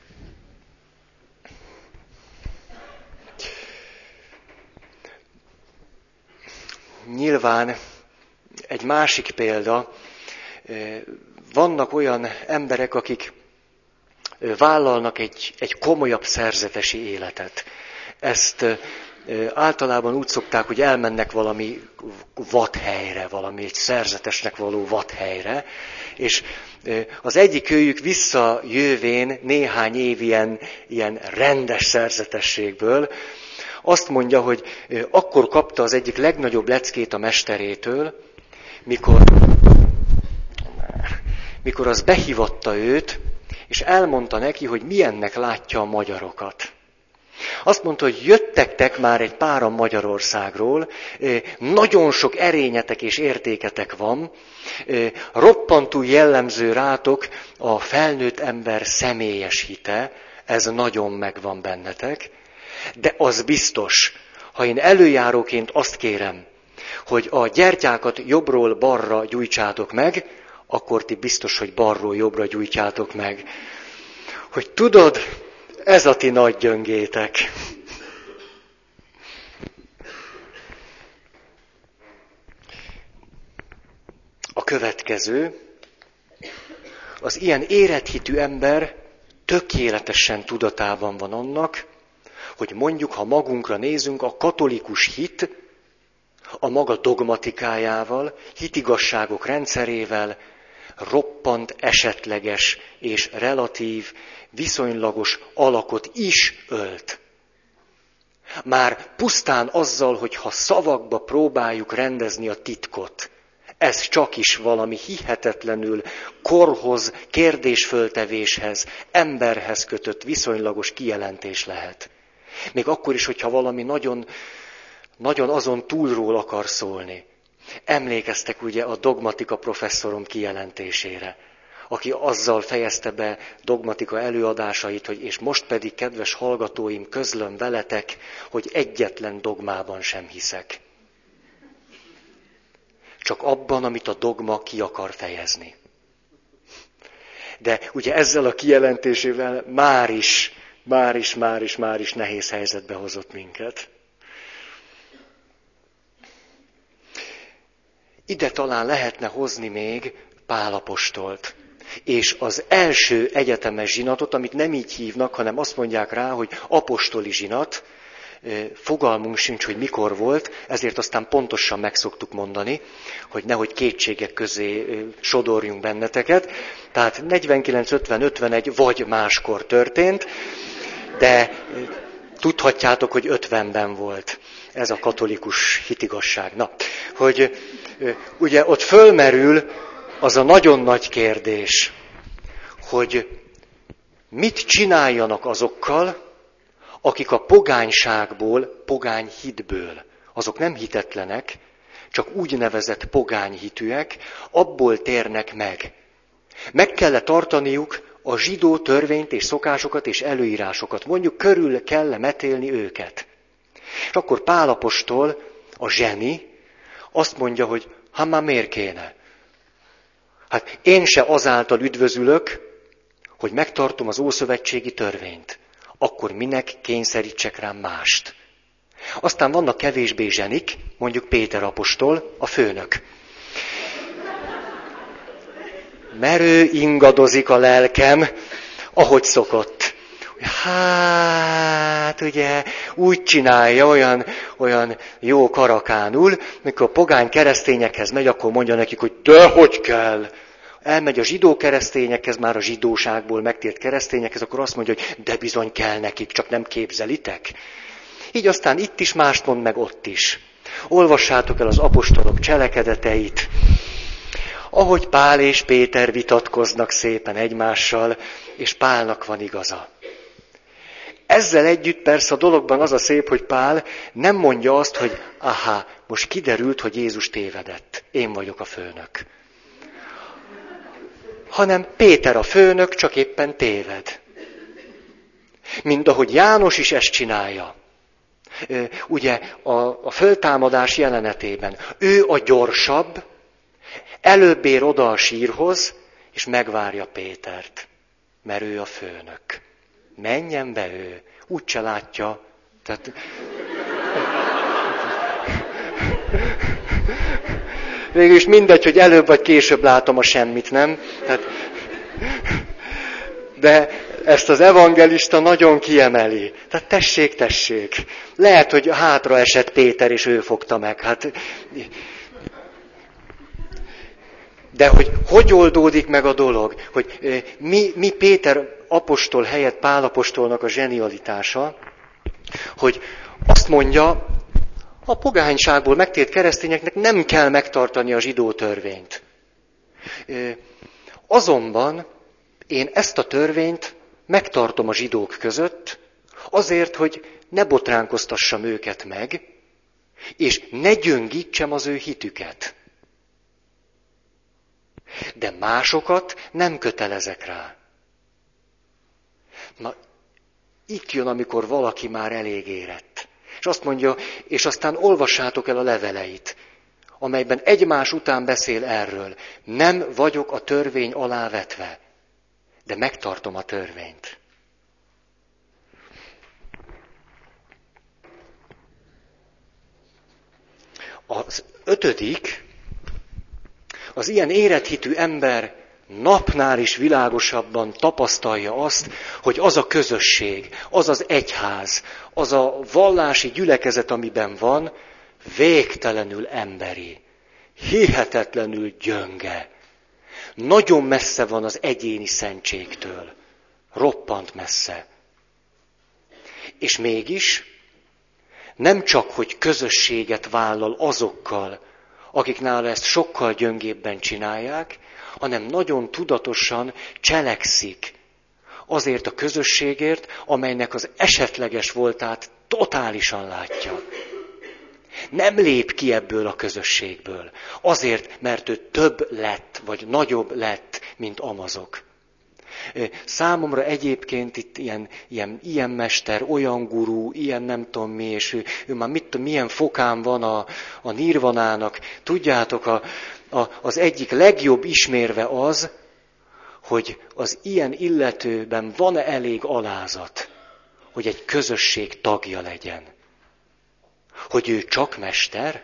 Nyilván egy másik példa, vannak olyan emberek, akik vállalnak egy komolyabb szerzetesi életet. Ezt általában úgy szokták, hogy elmennek valami vadhelyre, valami egy szerzetesnek való vadhelyre, és az egyik őjük visszajövén néhány év ilyen rendes szerzetességből, azt mondja, hogy akkor kapta az egyik legnagyobb leckét a mesterétől, mikor az behívatta őt, és elmondta neki, hogy milyennek látja a magyarokat. Azt mondta, hogy jöttek már egy páran Magyarországról, nagyon sok erényetek és értéketek van, roppantú jellemző rátok a felnőtt ember személyes hite, ez nagyon megvan bennetek, de az biztos, ha én előjáróként azt kérem, hogy a gyertyákat jobbról balra gyújtsátok meg, akkor ti biztos, hogy balról jobbra gyújtjátok meg. Hogy tudod, ez a ti nagy gyöngétek. A következő, az ilyen éretthitű ember tökéletesen tudatában van annak, hogy mondjuk, ha magunkra nézünk, a katolikus hit a maga dogmatikájával, hitigasságok rendszerével roppant esetleges és relatív, viszonylagos alakot is ölt. Már pusztán azzal, hogy ha szavakba próbáljuk rendezni a titkot, ez csak is valami hihetetlenül korhoz, kérdésföltevéshez, emberhez kötött viszonylagos kijelentés lehet. Még akkor is, hogyha valami nagyon, nagyon azon túlról akar szólni. Emlékeztek ugye a dogmatika professzorom kijelentésére, aki azzal fejezte be dogmatika előadásait, hogy és most pedig, kedves hallgatóim, közlöm veletek, hogy egyetlen dogmában sem hiszek. Csak abban, amit a dogma ki akar fejezni. De ugye ezzel a kijelentésével már is nehéz helyzetbe hozott minket. Ide talán lehetne hozni még Pál apostolt. És az első egyetemes zsinatot, amit nem így hívnak, hanem azt mondják rá, hogy apostoli zsinat, fogalmunk sincs, hogy mikor volt, ezért aztán pontosan meg szoktuk mondani, hogy nehogy kétségek közé sodorjunk benneteket. Tehát 49, 50, 51 vagy máskor történt, de tudhatjátok, hogy 50-ben volt. Ez a katolikus hitigasság. Na, hogy ugye ott fölmerül az a nagyon nagy kérdés, hogy mit csináljanak azokkal, akik a pogányságból, pogány hitből, azok nem hitetlenek, csak úgynevezett pogányhitűek, abból térnek meg. Meg kell tartaniuk a zsidó törvényt és szokásokat és előírásokat, mondjuk körül kell metélni őket. És akkor Pál apostol, a zseni, azt mondja, hogy hát már miért kéne? Hát én se azáltal üdvözülök, hogy megtartom az ószövetségi törvényt. Akkor minek kényszerítsek rám mást? Aztán vannak kevésbé zsenik, mondjuk Péter apostol, a főnök. Merő ingadozik a lelkem, ahogy szokott. Hát, ugye, úgy csinálja, olyan jó karakánul, mikor a pogány keresztényekhez megy, akkor mondja nekik, hogy dehogy kell. Elmegy a zsidó keresztényekhez, már a zsidóságból megtért keresztényekhez, akkor azt mondja, hogy de bizony kell nekik, csak nem képzelitek. Így aztán itt is mást mond, meg ott is. Olvassátok el az apostolok cselekedeteit, ahogy Pál és Péter vitatkoznak szépen egymással, és Pálnak van igaza. Ezzel együtt persze a dologban az a szép, hogy Pál nem mondja azt, hogy aha, most kiderült, hogy Jézus tévedett. Én vagyok a főnök. Hanem Péter a főnök, csak éppen téved. Mint ahogy János is ezt csinálja. Ugye a föltámadás jelenetében ő a gyorsabb, előbb ér oda a sírhoz, és megvárja Pétert, mert ő a főnök. Menjen be ő, úgyse látja. Tehát... Végülis mindegy, hogy előbb vagy később látom a semmit, nem? Tehát... De ezt az evangelista nagyon kiemeli. Tehát tessék. Lehet, hogy hátra esett Péter, és ő fogta meg. Hát... De hogy oldódik meg a dolog? Hogy mi Péter apostol helyett Pál apostolnak a zsenialitása, hogy azt mondja, a pogányságból megtért keresztényeknek nem kell megtartani a zsidó törvényt. Azonban én ezt a törvényt megtartom a zsidók között, azért, hogy ne botránkoztassam őket meg, és ne gyöngítsem az ő hitüket. De másokat nem kötelezek rá. Na, itt jön, amikor valaki már elég érett. És azt mondja, és aztán olvassátok el a leveleit, amelyben egymás után beszél erről. Nem vagyok a törvény alá vetve, de megtartom a törvényt. Az 5. Az ilyen érett-hitű ember napnál is világosabban tapasztalja azt, hogy az a közösség, az az egyház, az a vallási gyülekezet, amiben van, végtelenül emberi, hihetetlenül gyönge. Nagyon messze van az egyéni szentségtől. Roppant messze. És mégis nem csak, hogy közösséget vállal azokkal, akik nála ezt sokkal gyöngébben csinálják, hanem nagyon tudatosan cselekszik azért a közösségért, amelynek az esetleges voltát totálisan látja. Nem lép ki ebből a közösségből, azért, mert ő több lett, vagy nagyobb lett, mint amazok. Számomra egyébként itt ilyen mester, olyan gurú, ilyen nem tudom mi, és ő már milyen fokán van a nirvanának. Tudjátok, az egyik legjobb ismérve az, hogy az ilyen illetőben van-e elég alázat, hogy egy közösség tagja legyen. Hogy ő csak mester,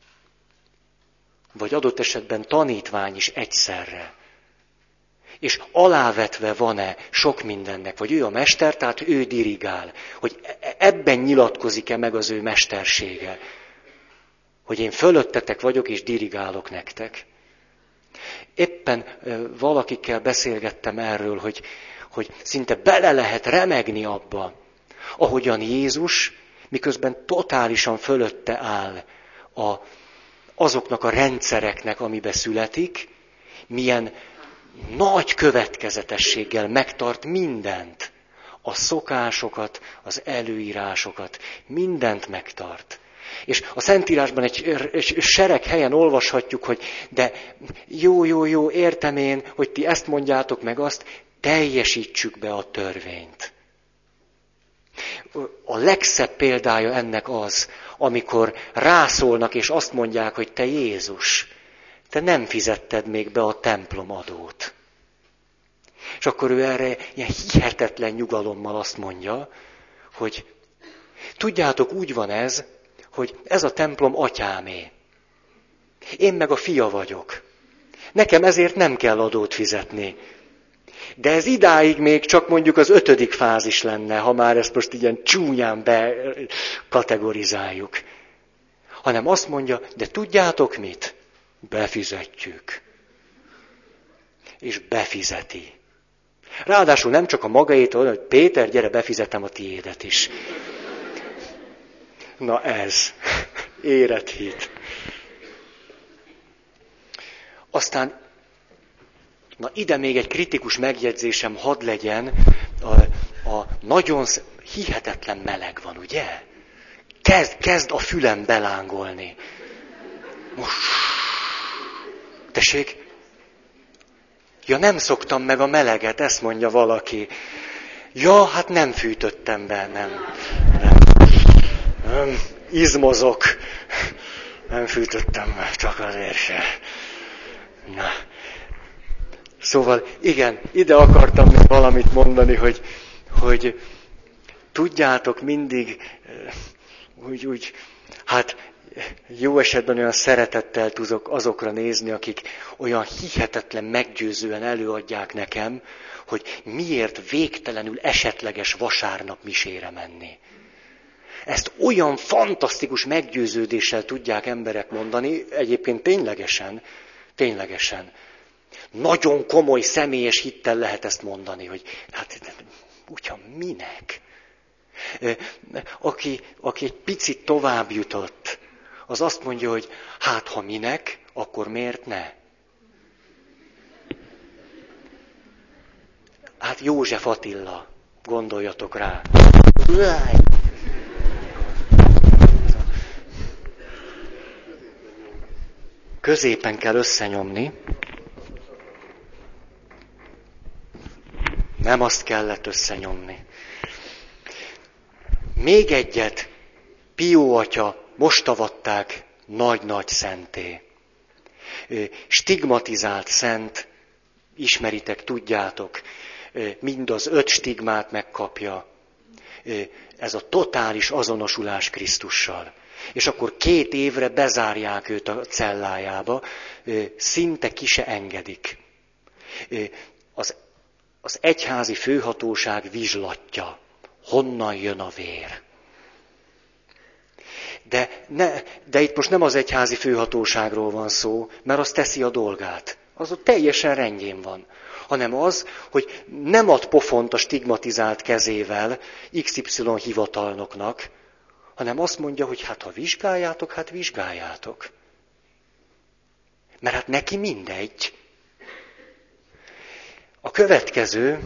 vagy adott esetben tanítvány is egyszerre. És alávetve van-e sok mindennek, vagy ő a mester, tehát ő dirigál, hogy ebben nyilatkozik-e meg az ő mestersége, hogy én fölöttetek vagyok, és dirigálok nektek. Éppen valakikkel beszélgettem erről, hogy szinte bele lehet remegni abba, ahogyan Jézus, miközben totálisan fölötte áll azoknak a rendszereknek, amibe születik, milyen nagy következetességgel megtart mindent, a szokásokat, az előírásokat, mindent megtart. És a Szentírásban egy sereg helyen olvashatjuk, hogy de jó, értem én, hogy ti ezt mondjátok meg azt, teljesítsük be a törvényt. A legszebb példája ennek az, amikor rászólnak és azt mondják, hogy te Jézus, te nem fizetted még be a templomadót. És akkor ő erre ilyen hihetetlen nyugalommal azt mondja, hogy tudjátok, úgy van ez, hogy ez a templom atyámé. Én meg a fia vagyok. Nekem ezért nem kell adót fizetni. De ez idáig még csak mondjuk az 5. fázis lenne, ha már ezt most ilyen csúnyán bekategorizáljuk. Hanem azt mondja, de tudjátok mit? Befizetjük. És befizeti. Ráadásul nem csak a magáétól, hogy Péter, gyere, befizetem a tiédet is. Na ez, érett hit. Aztán, ide még egy kritikus megjegyzésem hadd legyen, nagyon hihetetlen meleg van, ugye? Kezd a fülem belángolni. Most... Tessék? Ja, nem szoktam meg a meleget, ezt mondja valaki. Ja, hát nem fűtöttem be, nem. Izmozok. Nem fűtöttem be, csak azért se. Na. Szóval, igen, ide akartam még valamit mondani, hogy tudjátok mindig, úgy, hát jó esetben olyan szeretettel tudok azokra nézni, akik olyan hihetetlen meggyőzően előadják nekem, hogy miért végtelenül esetleges vasárnap misére menni. Ezt olyan fantasztikus meggyőződéssel tudják emberek mondani, egyébként ténylegesen. Nagyon komoly, személyes hittel lehet ezt mondani, hogy hát ugyan minek? Aki egy picit tovább jutott, az azt mondja, hogy hát ha minek, akkor miért ne? Hát József Attila, gondoljatok rá. Középen kell összenyomni. Nem azt kellett összenyomni. Még egyet, Pió atya, most avatták nagy-nagy szenté. Stigmatizált szent, ismeritek, tudjátok, mind az 5 stigmát megkapja. Ez a totális azonosulás Krisztussal. És akkor 2 évre bezárják őt a cellájába, szinte ki se engedik. Az egyházi főhatóság vizslatja. Honnan jön a vér? De itt most nem az egyházi főhatóságról van szó, mert az teszi a dolgát. Az ott teljesen rendjén van. Hanem az, hogy nem ad pofont a stigmatizált kezével XY hivatalnoknak, hanem azt mondja, hogy hát ha vizsgáljátok, hát vizsgáljátok. Mert hát neki mindegy. A következő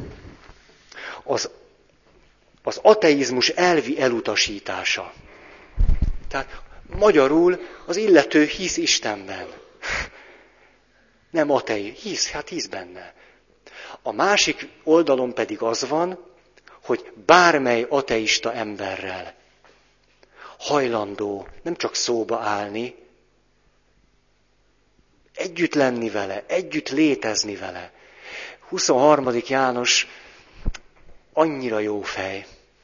az ateizmus elvi elutasítása. Tehát magyarul az illető hisz Istenben. Nem hisz benne. A másik oldalon pedig az van, hogy bármely ateista emberrel hajlandó nem csak szóba állni, együtt lenni vele, együtt létezni vele. 23. János annyira jó fej.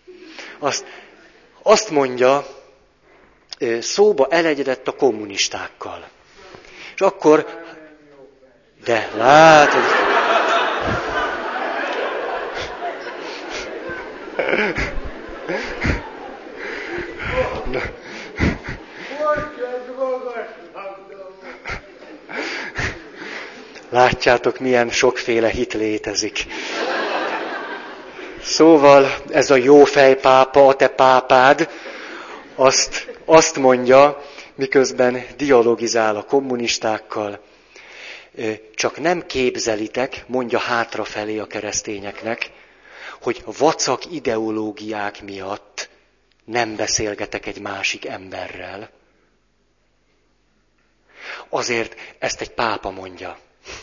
Azt mondja, szóba elegyedett a kommunistákkal. És akkor, de látod, látjátok, milyen sokféle hit létezik. Szóval ez a jófej pápa, a te pápád, azt mondja, miközben dialogizál a kommunistákkal, csak nem képzelitek, mondja hátrafelé a keresztényeknek, hogy vacak ideológiák miatt nem beszélgetek egy másik emberrel. Azért ezt egy pápa mondja.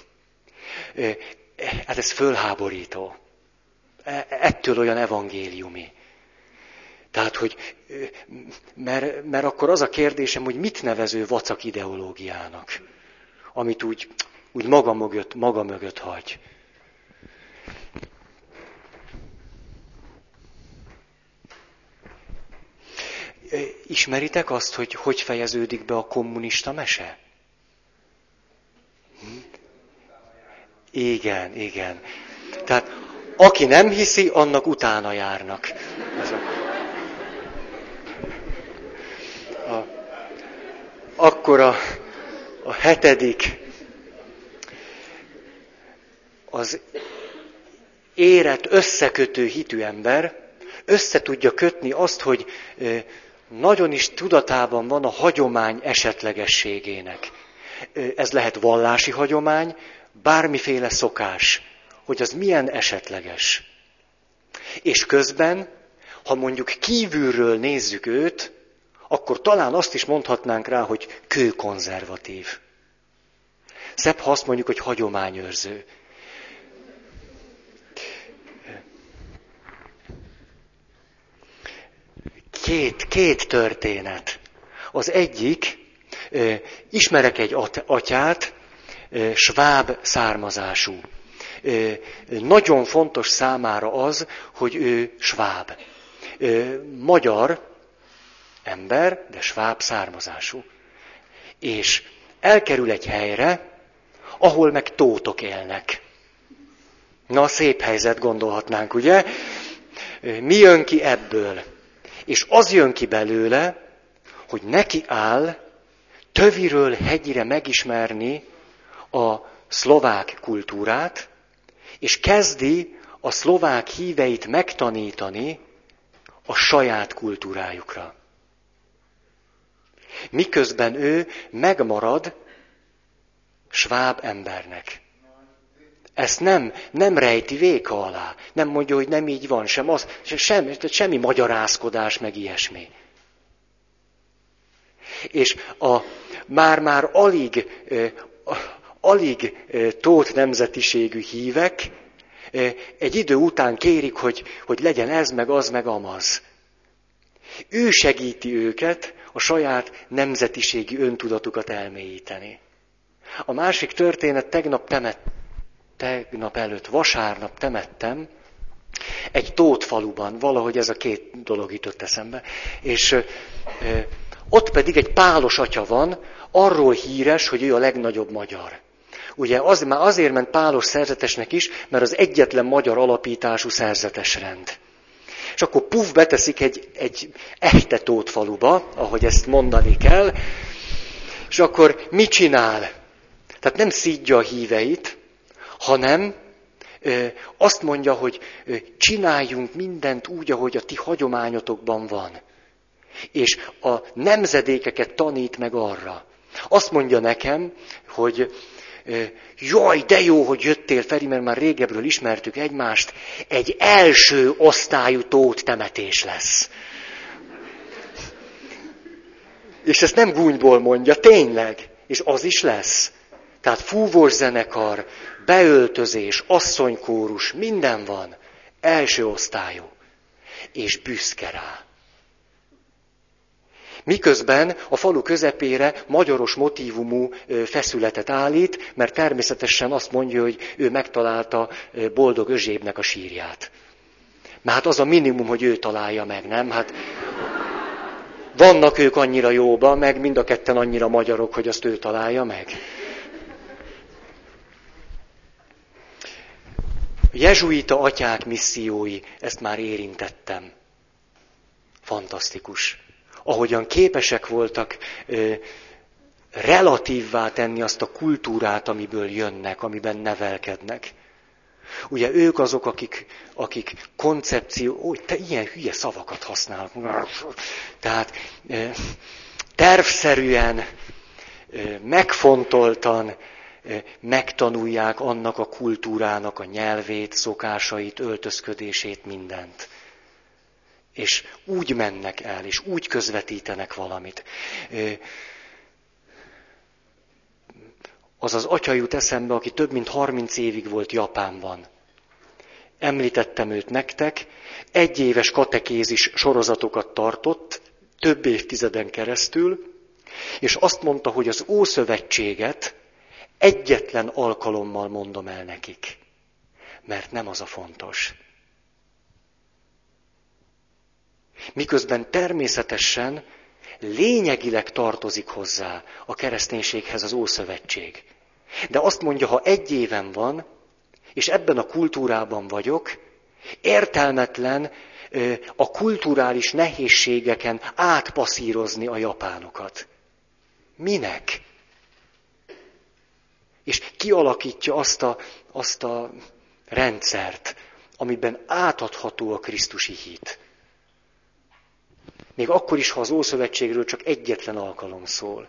Hát ez fölháborító. Ettől olyan evangéliumi. Tehát, hogy, mert akkor az a kérdésem, hogy mit nevező vacak ideológiának, amit úgy maga mögött hagy. Ismeritek azt, hogy fejeződik be a kommunista mese? Igen. Tehát aki nem hiszi, annak utána járnak. Akkor a 7. Az érett, összekötő hitű ember össze tudja kötni azt, hogy nagyon is tudatában van a hagyomány esetlegességének. Ez lehet vallási hagyomány, bármiféle szokás, hogy az milyen esetleges. És közben Ha mondjuk kívülről nézzük őt, akkor talán azt is mondhatnánk rá, hogy kőkonzervatív. Szebb, ha azt mondjuk, hogy hagyományőrző. Két történet. Az egyik, ismerek egy atyát, sváb származású. Nagyon fontos számára az, hogy ő sváb. Magyar ember, de sváb származású. És elkerül egy helyre, ahol meg tótok élnek. Na, szép helyzet, gondolhatnánk, ugye? Mi jön ki ebből? És az jön ki belőle, hogy neki áll töviről hegyire megismerni a szlovák kultúrát, és kezdi a szlovák híveit megtanítani a saját kultúrájukra. Miközben ő megmarad sváb embernek. Ezt nem rejti véka alá. Nem mondja, hogy nem így van, semmi magyarázkodás, meg ilyesmi. És már alig tót nemzetiségű hívek egy idő után kérik, hogy legyen ez, meg az, meg amaz. Ő segíti őket a saját nemzetiségi öntudatukat elmélyíteni. A másik történet, tegnap előtt, vasárnap temettem, egy tót faluban, valahogy ez a két dolog jutott eszembe, és ott pedig egy pálos atya van, arról híres, hogy ő a legnagyobb magyar. Ugye már azért ment pálos szerzetesnek is, mert az egyetlen magyar alapítású szerzetesrend. És akkor beteszik egy echte tótfaluba, ahogy ezt mondani kell, és akkor mit csinál? Tehát nem szídja a híveit, hanem azt mondja, hogy csináljunk mindent úgy, ahogy a ti hagyományotokban van. És a nemzedékeket tanít meg arra. Azt mondja nekem, hogy jaj, de jó, hogy jöttél, Feri, mert már régebről ismertük egymást, egy első osztályú tóttemetés lesz. És ezt nem gúnyból mondja, tényleg. És az is lesz. Tehát fúvós zenekar, beöltözés, asszonykórus, minden van. Első osztályú. És büszke rá. Miközben a falu közepére magyaros motívumú feszületet állít, mert természetesen azt mondja, hogy ő megtalálta Boldog Özsébnek a sírját. Mert hát az a minimum, hogy ő találja meg, nem? Hát vannak ők annyira jóban, meg mind a ketten annyira magyarok, hogy azt ő találja meg. Jezsuita atyák missziói, ezt már érintettem. Fantasztikus. Ahogyan képesek voltak relatívvá tenni azt a kultúrát, amiből jönnek, amiben nevelkednek. Ugye ők azok, akik koncepció, te ilyen hülye szavakat használnak. Tehát tervszerűen, megfontoltan megtanulják annak a kultúrának a nyelvét, szokásait, öltözködését, mindent. És úgy mennek el, és úgy közvetítenek valamit. Az atya jut eszembe, aki több mint 30 évig volt Japánban. Említettem őt nektek, 1 éves katekézis sorozatokat tartott, több évtizeden keresztül, és azt mondta, hogy az Ószövetséget egyetlen alkalommal mondom el nekik, mert nem az a fontos. Miközben természetesen lényegileg tartozik hozzá a kereszténységhez az Ószövetség. De azt mondja, ha 1 éven van, és ebben a kultúrában vagyok, értelmetlen a kulturális nehézségeken átpasszírozni a japánokat. Minek? És kialakítja azt a rendszert, amiben átadható a krisztusi hit. Még akkor is, ha az Ószövetségről csak egyetlen alkalom szól.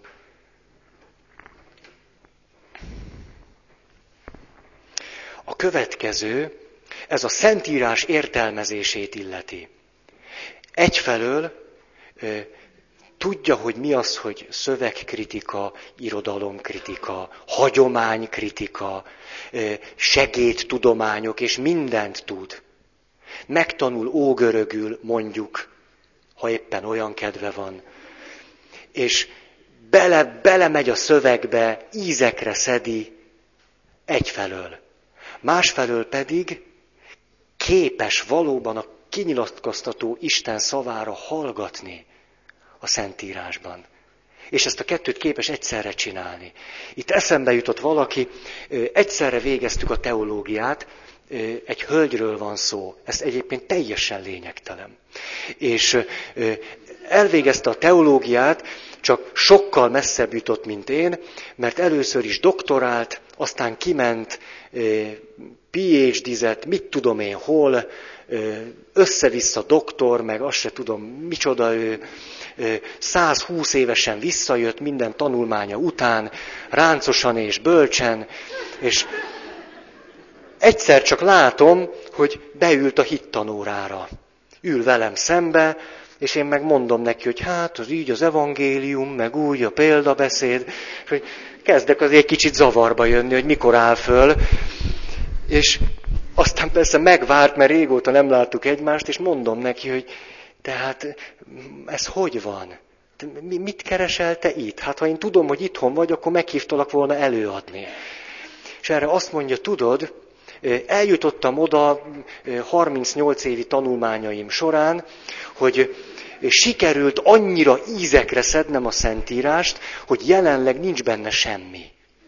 A következő, ez a Szentírás értelmezését illeti. Egyfelől tudja, hogy mi az, hogy szövegkritika, irodalomkritika, hagyománykritika, segédtudományok, és mindent tud. Megtanul ógörögül, mondjuk, ha éppen olyan kedve van. És belemegy a szövegbe, ízekre szedi egyfelől. Másfelől pedig képes valóban a kinyilatkoztató Isten szavára hallgatni a Szentírásban. És ezt a kettőt képes egyszerre csinálni. Itt eszembe jutott valaki, egyszerre végeztük a teológiát, egy hölgyről van szó, ez egyébként teljesen lényegtelen. És elvégezte a teológiát, csak sokkal messzebb jutott, mint én, mert először is doktorált, aztán kiment, PhD-zett, mit tudom én hol, össze-vissza doktor, meg azt se tudom micsoda ő, 120 évesen visszajött minden tanulmánya után, ráncosan és bölcsen, és egyszer csak látom, hogy beült a hittanórára. Ül velem szembe, és én meg mondom neki, hogy hát az így az evangélium, meg úgy a példabeszéd, és hogy kezdek azért egy kicsit zavarba jönni, hogy mikor áll föl, és aztán persze megvárt, mert régóta nem láttuk egymást, és mondom neki, hogy tehát ez hogy van? Mit keresel te itt? Hát ha én tudom, hogy itthon vagy, akkor meghívtalak volna előadni. És erre azt mondja, tudod, eljutottam oda 38 évi tanulmányaim során, hogy sikerült annyira ízekre szednem a Szentírást, hogy jelenleg nincs benne semmi.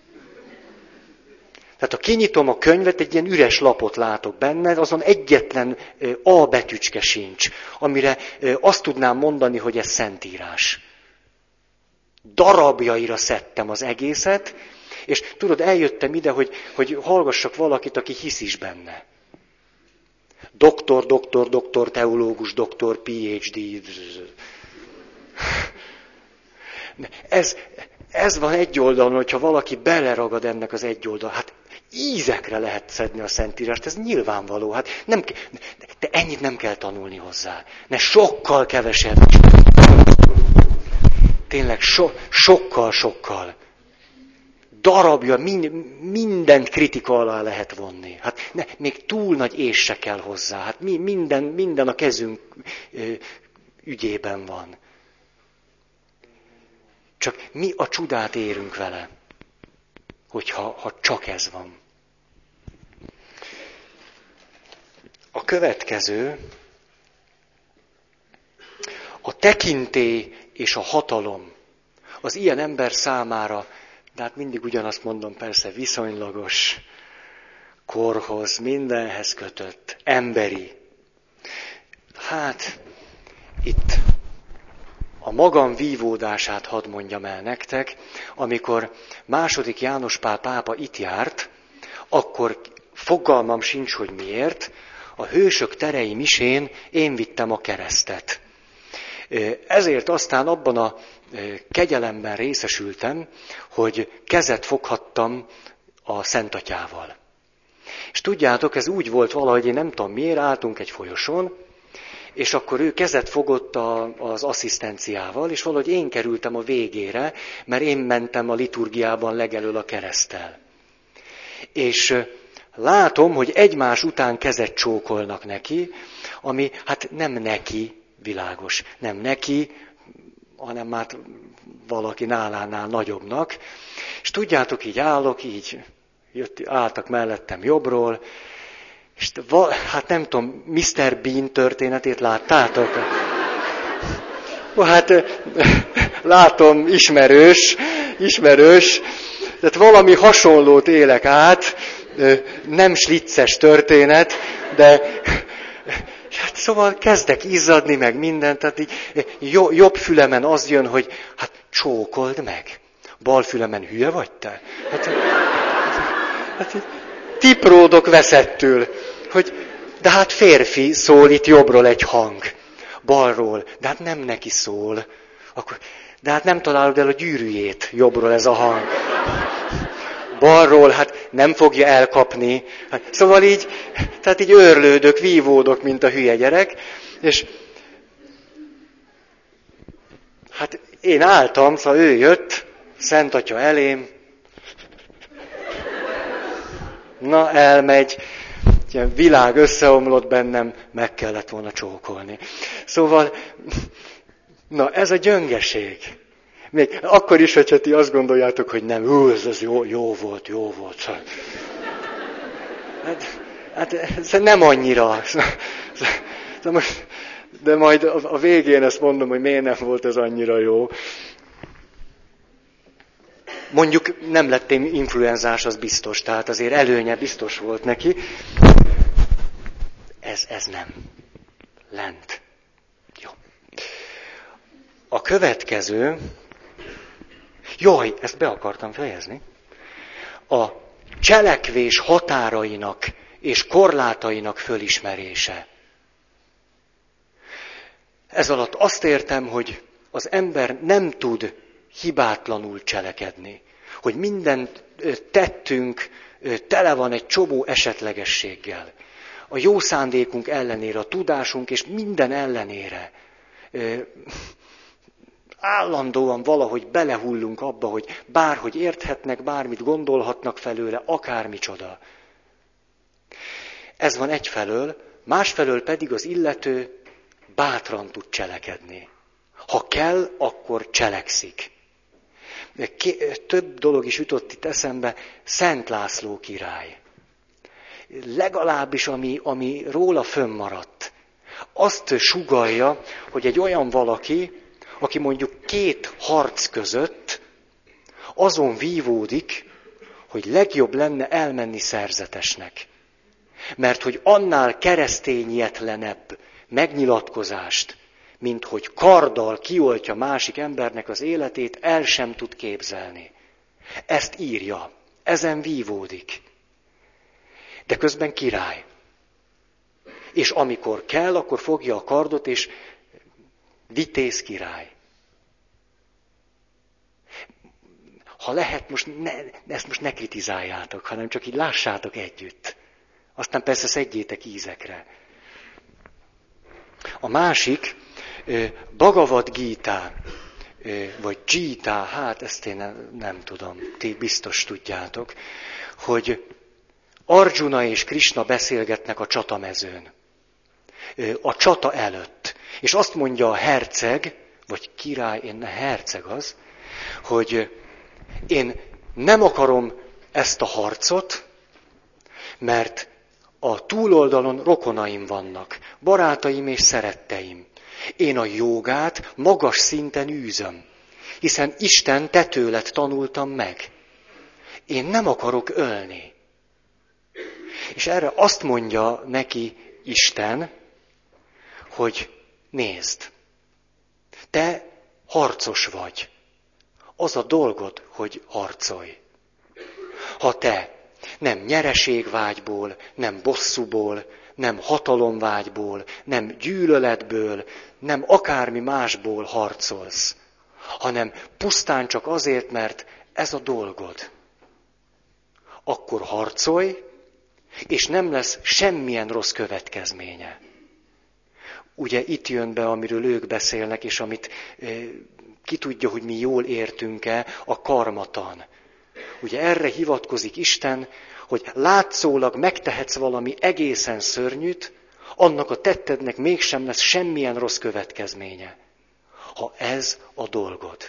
Tehát ha kinyitom a könyvet, egy ilyen üres lapot látok benne, azon egyetlen A betűcske sincs, amire azt tudnám mondani, hogy ez Szentírás. Darabjaira szedtem az egészet, és tudod, eljöttem ide, hogy hallgassak valakit, aki hisz is benne. Doktor, teológus, doktor, PhD. Ez van egy oldalon, hogyha valaki beleragad ennek az egy oldal. Hát ízekre lehet szedni a Szentírást, ez nyilvánvaló. Hát de ennyit nem kell tanulni hozzá. Ne sokkal kevesebb. Tényleg sokkal. Darabja, mindent kritika alá lehet vonni. Hát még túl nagy és se kell hozzá. Hát minden a kezünk ügyében van. Csak mi a csodát érünk vele, hogyha csak ez van. A következő, a tekintély és a hatalom az ilyen ember számára, de hát mindig ugyanazt mondom, persze viszonylagos, korhoz, mindenhez kötött, emberi. Hát, itt a magam vívódását hadd mondjam el nektek, amikor II. János Pál pápa itt járt, akkor fogalmam sincs, hogy miért, a Hősök terei misén én vittem a keresztet. Ezért aztán abban a kegyelemben részesültem, hogy kezet foghattam a Szent Atyával. És tudjátok, ez úgy volt valahogy, én nem tudom miért, álltunk egy folyosón, és akkor ő kezet fogott az asszisztenciával, és valahogy én kerültem a végére, mert én mentem a liturgiában legelől a kereszttel. És látom, hogy egymás után kezet csókolnak neki, ami hát nem neki, világos, nem neki, hanem már valaki nálánál nagyobbnak. És tudjátok, így állok, így álltak mellettem jobbról, és hát nem tudom, Mr. Bean történetét láttátok? Hát látom, ismerős, tehát valami hasonlót élek át, nem slicces történet, de hát szóval kezdek izzadni, meg mindent, tehát így jobb fülemen az jön, hogy hát csókold meg. Bal fülemen hülye vagy te? Hát tipródok veszettül, hogy de hát férfi szól itt jobbról egy hang, balról, de hát nem neki szól. Akkor, de hát nem találod el a gyűrűjét jobbról ez a hang. Balról, hát nem fogja elkapni. Szóval így, tehát így őrlődök, vívódok, mint a hülye gyerek, és Hát én álltam, szóval ő jött, Szent Atya elém. Na, elmegy. Ilyen világ összeomlott bennem, meg kellett volna csókolni. Szóval, na ez a gyöngeség. Még akkor is, hogyha ti azt gondoljátok, hogy nem, ez jó volt. Hát ez nem annyira. De majd a végén ezt mondom, hogy miért nem volt ez annyira jó. Mondjuk nem lettem influenzás, az biztos, tehát azért előnye biztos volt neki. Ez nem. Lent. Jó. A következő... Jaj, ezt be akartam fejezni. A cselekvés határainak és korlátainak fölismerése. Ez alatt azt értem, hogy az ember nem tud hibátlanul cselekedni. Hogy minden tettünk tele van egy csomó esetlegességgel. A jó szándékunk ellenére, a tudásunk és minden ellenére. Állandóan valahogy belehullunk abba, hogy bárhogy érthetnek, bármit gondolhatnak felőle, akármicsoda. Ez van egyfelől, másfelől pedig az illető bátran tud cselekedni. Ha kell, akkor cselekszik. Több dolog is jutott itt eszembe, Szent László király. Legalábbis, ami róla fönnmaradt. Azt sugallja, hogy egy olyan valaki, aki mondjuk 2 harc között azon vívódik, hogy legjobb lenne elmenni szerzetesnek. Mert hogy annál keresztényietlenebb megnyilatkozást, mint hogy karddal kioltja másik embernek az életét, el sem tud képzelni. Ezt írja, ezen vívódik. De közben király. És amikor kell, akkor fogja a kardot, és vitéz király. Ha lehet, ezt most ne kritizáljátok, hanem csak így lássátok együtt. Aztán persze szedjétek ízekre. A másik, Bhagavad Gita, vagy Gita, hát ezt én nem tudom, ti biztos tudjátok, hogy Arjuna és Krishna beszélgetnek a csatamezőn. A csata előtt. És azt mondja a herceg, vagy király, herceg az, hogy én nem akarom ezt a harcot, mert a túloldalon rokonaim vannak, barátaim és szeretteim. Én a jógát magas szinten űzöm, hiszen Isten te tőled tanultam meg. Én nem akarok ölni. És erre azt mondja neki Isten, hogy nézd, te harcos vagy. Az a dolgod, hogy harcolj. Ha te nem nyereségvágyból, nem bosszúból, nem hatalomvágyból, nem gyűlöletből, nem akármi másból harcolsz, hanem pusztán csak azért, mert ez a dolgod, akkor harcolj, és nem lesz semmilyen rossz következménye. Ugye itt jön be, amiről ők beszélnek, és amit ki tudja, hogy mi jól értünk-e, a karmatan. Ugye erre hivatkozik Isten, hogy látszólag megtehetsz valami egészen szörnyűt, annak a tettednek mégsem lesz semmilyen rossz következménye. Ha ez a dolgod.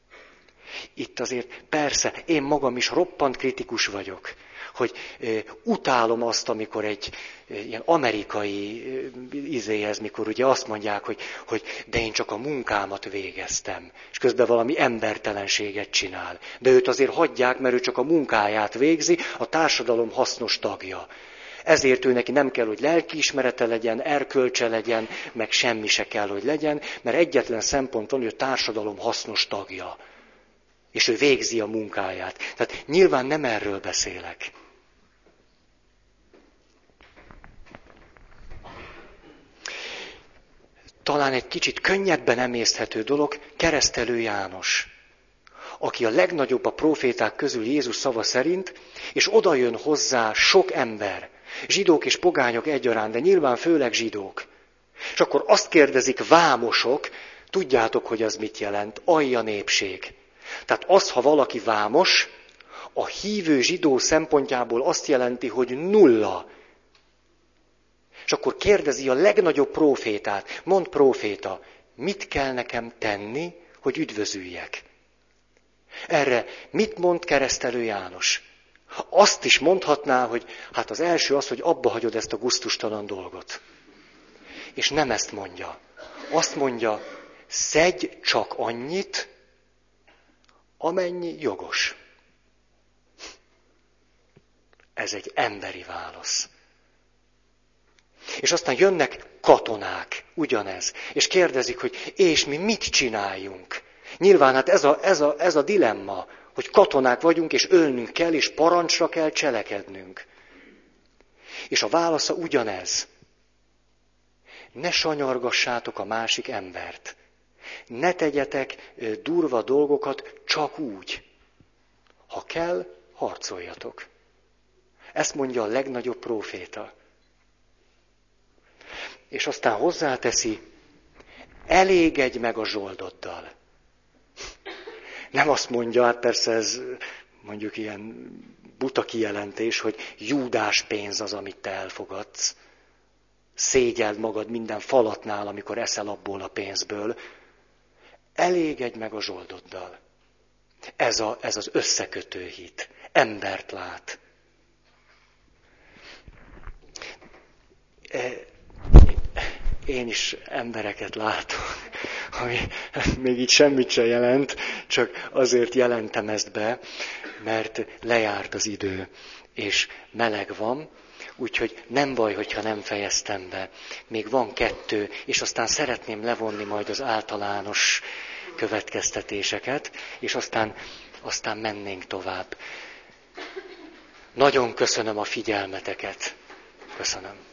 Itt azért persze, én magam is roppant kritikus vagyok, hogy utálom azt, amikor egy ilyen amerikai izéhez, mikor ugye azt mondják, hogy de én csak a munkámat végeztem, és közben valami embertelenséget csinál. De őt azért hagyják, mert ő csak a munkáját végzi, a társadalom hasznos tagja. Ezért ő neki nem kell, hogy lelkiismerete legyen, erkölcse legyen, meg semmi se kell, hogy legyen, mert egyetlen szempont van, hogy a társadalom hasznos tagja. És ő végzi a munkáját. Tehát nyilván nem erről beszélek. Talán egy kicsit könnyebben emészthető dolog, Keresztelő János, aki a legnagyobb a próféták közül Jézus szava szerint, és oda jön hozzá sok ember, zsidók és pogányok egyaránt, de nyilván főleg zsidók. És akkor azt kérdezik vámosok Tudjátok, hogy az mit jelent? Alja népség. Tehát az, ha valaki vámos, a hívő zsidó szempontjából azt jelenti, hogy nulla. És akkor kérdezi a legnagyobb prófétát. Mond próféta, mit kell nekem tenni, hogy üdvözüljek? Erre mit mond Keresztelő János? Azt is mondhatná, hogy hát az első az, hogy abba hagyod ezt a gusztustalan dolgot. És nem ezt mondja. Azt mondja, szedj csak annyit, amennyi jogos. Ez egy emberi válasz. És aztán jönnek katonák, ugyanez, és kérdezik, hogy és mi mit csináljunk? Nyilván hát ez a dilemma, hogy katonák vagyunk, és ölnünk kell, és parancsra kell cselekednünk. És a válasza ugyanez. Ne sanyargassátok a másik embert. Ne tegyetek durva dolgokat csak úgy. Ha kell, harcoljatok. Ezt mondja a legnagyobb próféta. És aztán hozzáteszi, elégedj meg a zsoldoddal. Nem azt mondja, hát persze ez mondjuk ilyen buta kijelentés, hogy Júdás pénz az, amit te elfogadsz. Szégyeld magad minden falatnál, amikor eszel abból a pénzből. Elégedj meg a zsoldoddal. Ez az összekötő hit. Embert lát. Én is embereket látok, ami még így semmit sem jelent, csak azért jelentem ezt be, mert lejárt az idő, és meleg van, úgyhogy nem baj, hogyha nem fejeztem be. Még van 2, és aztán szeretném levonni majd az általános következtetéseket, és aztán mennénk tovább. Nagyon köszönöm a figyelmeteket. Köszönöm.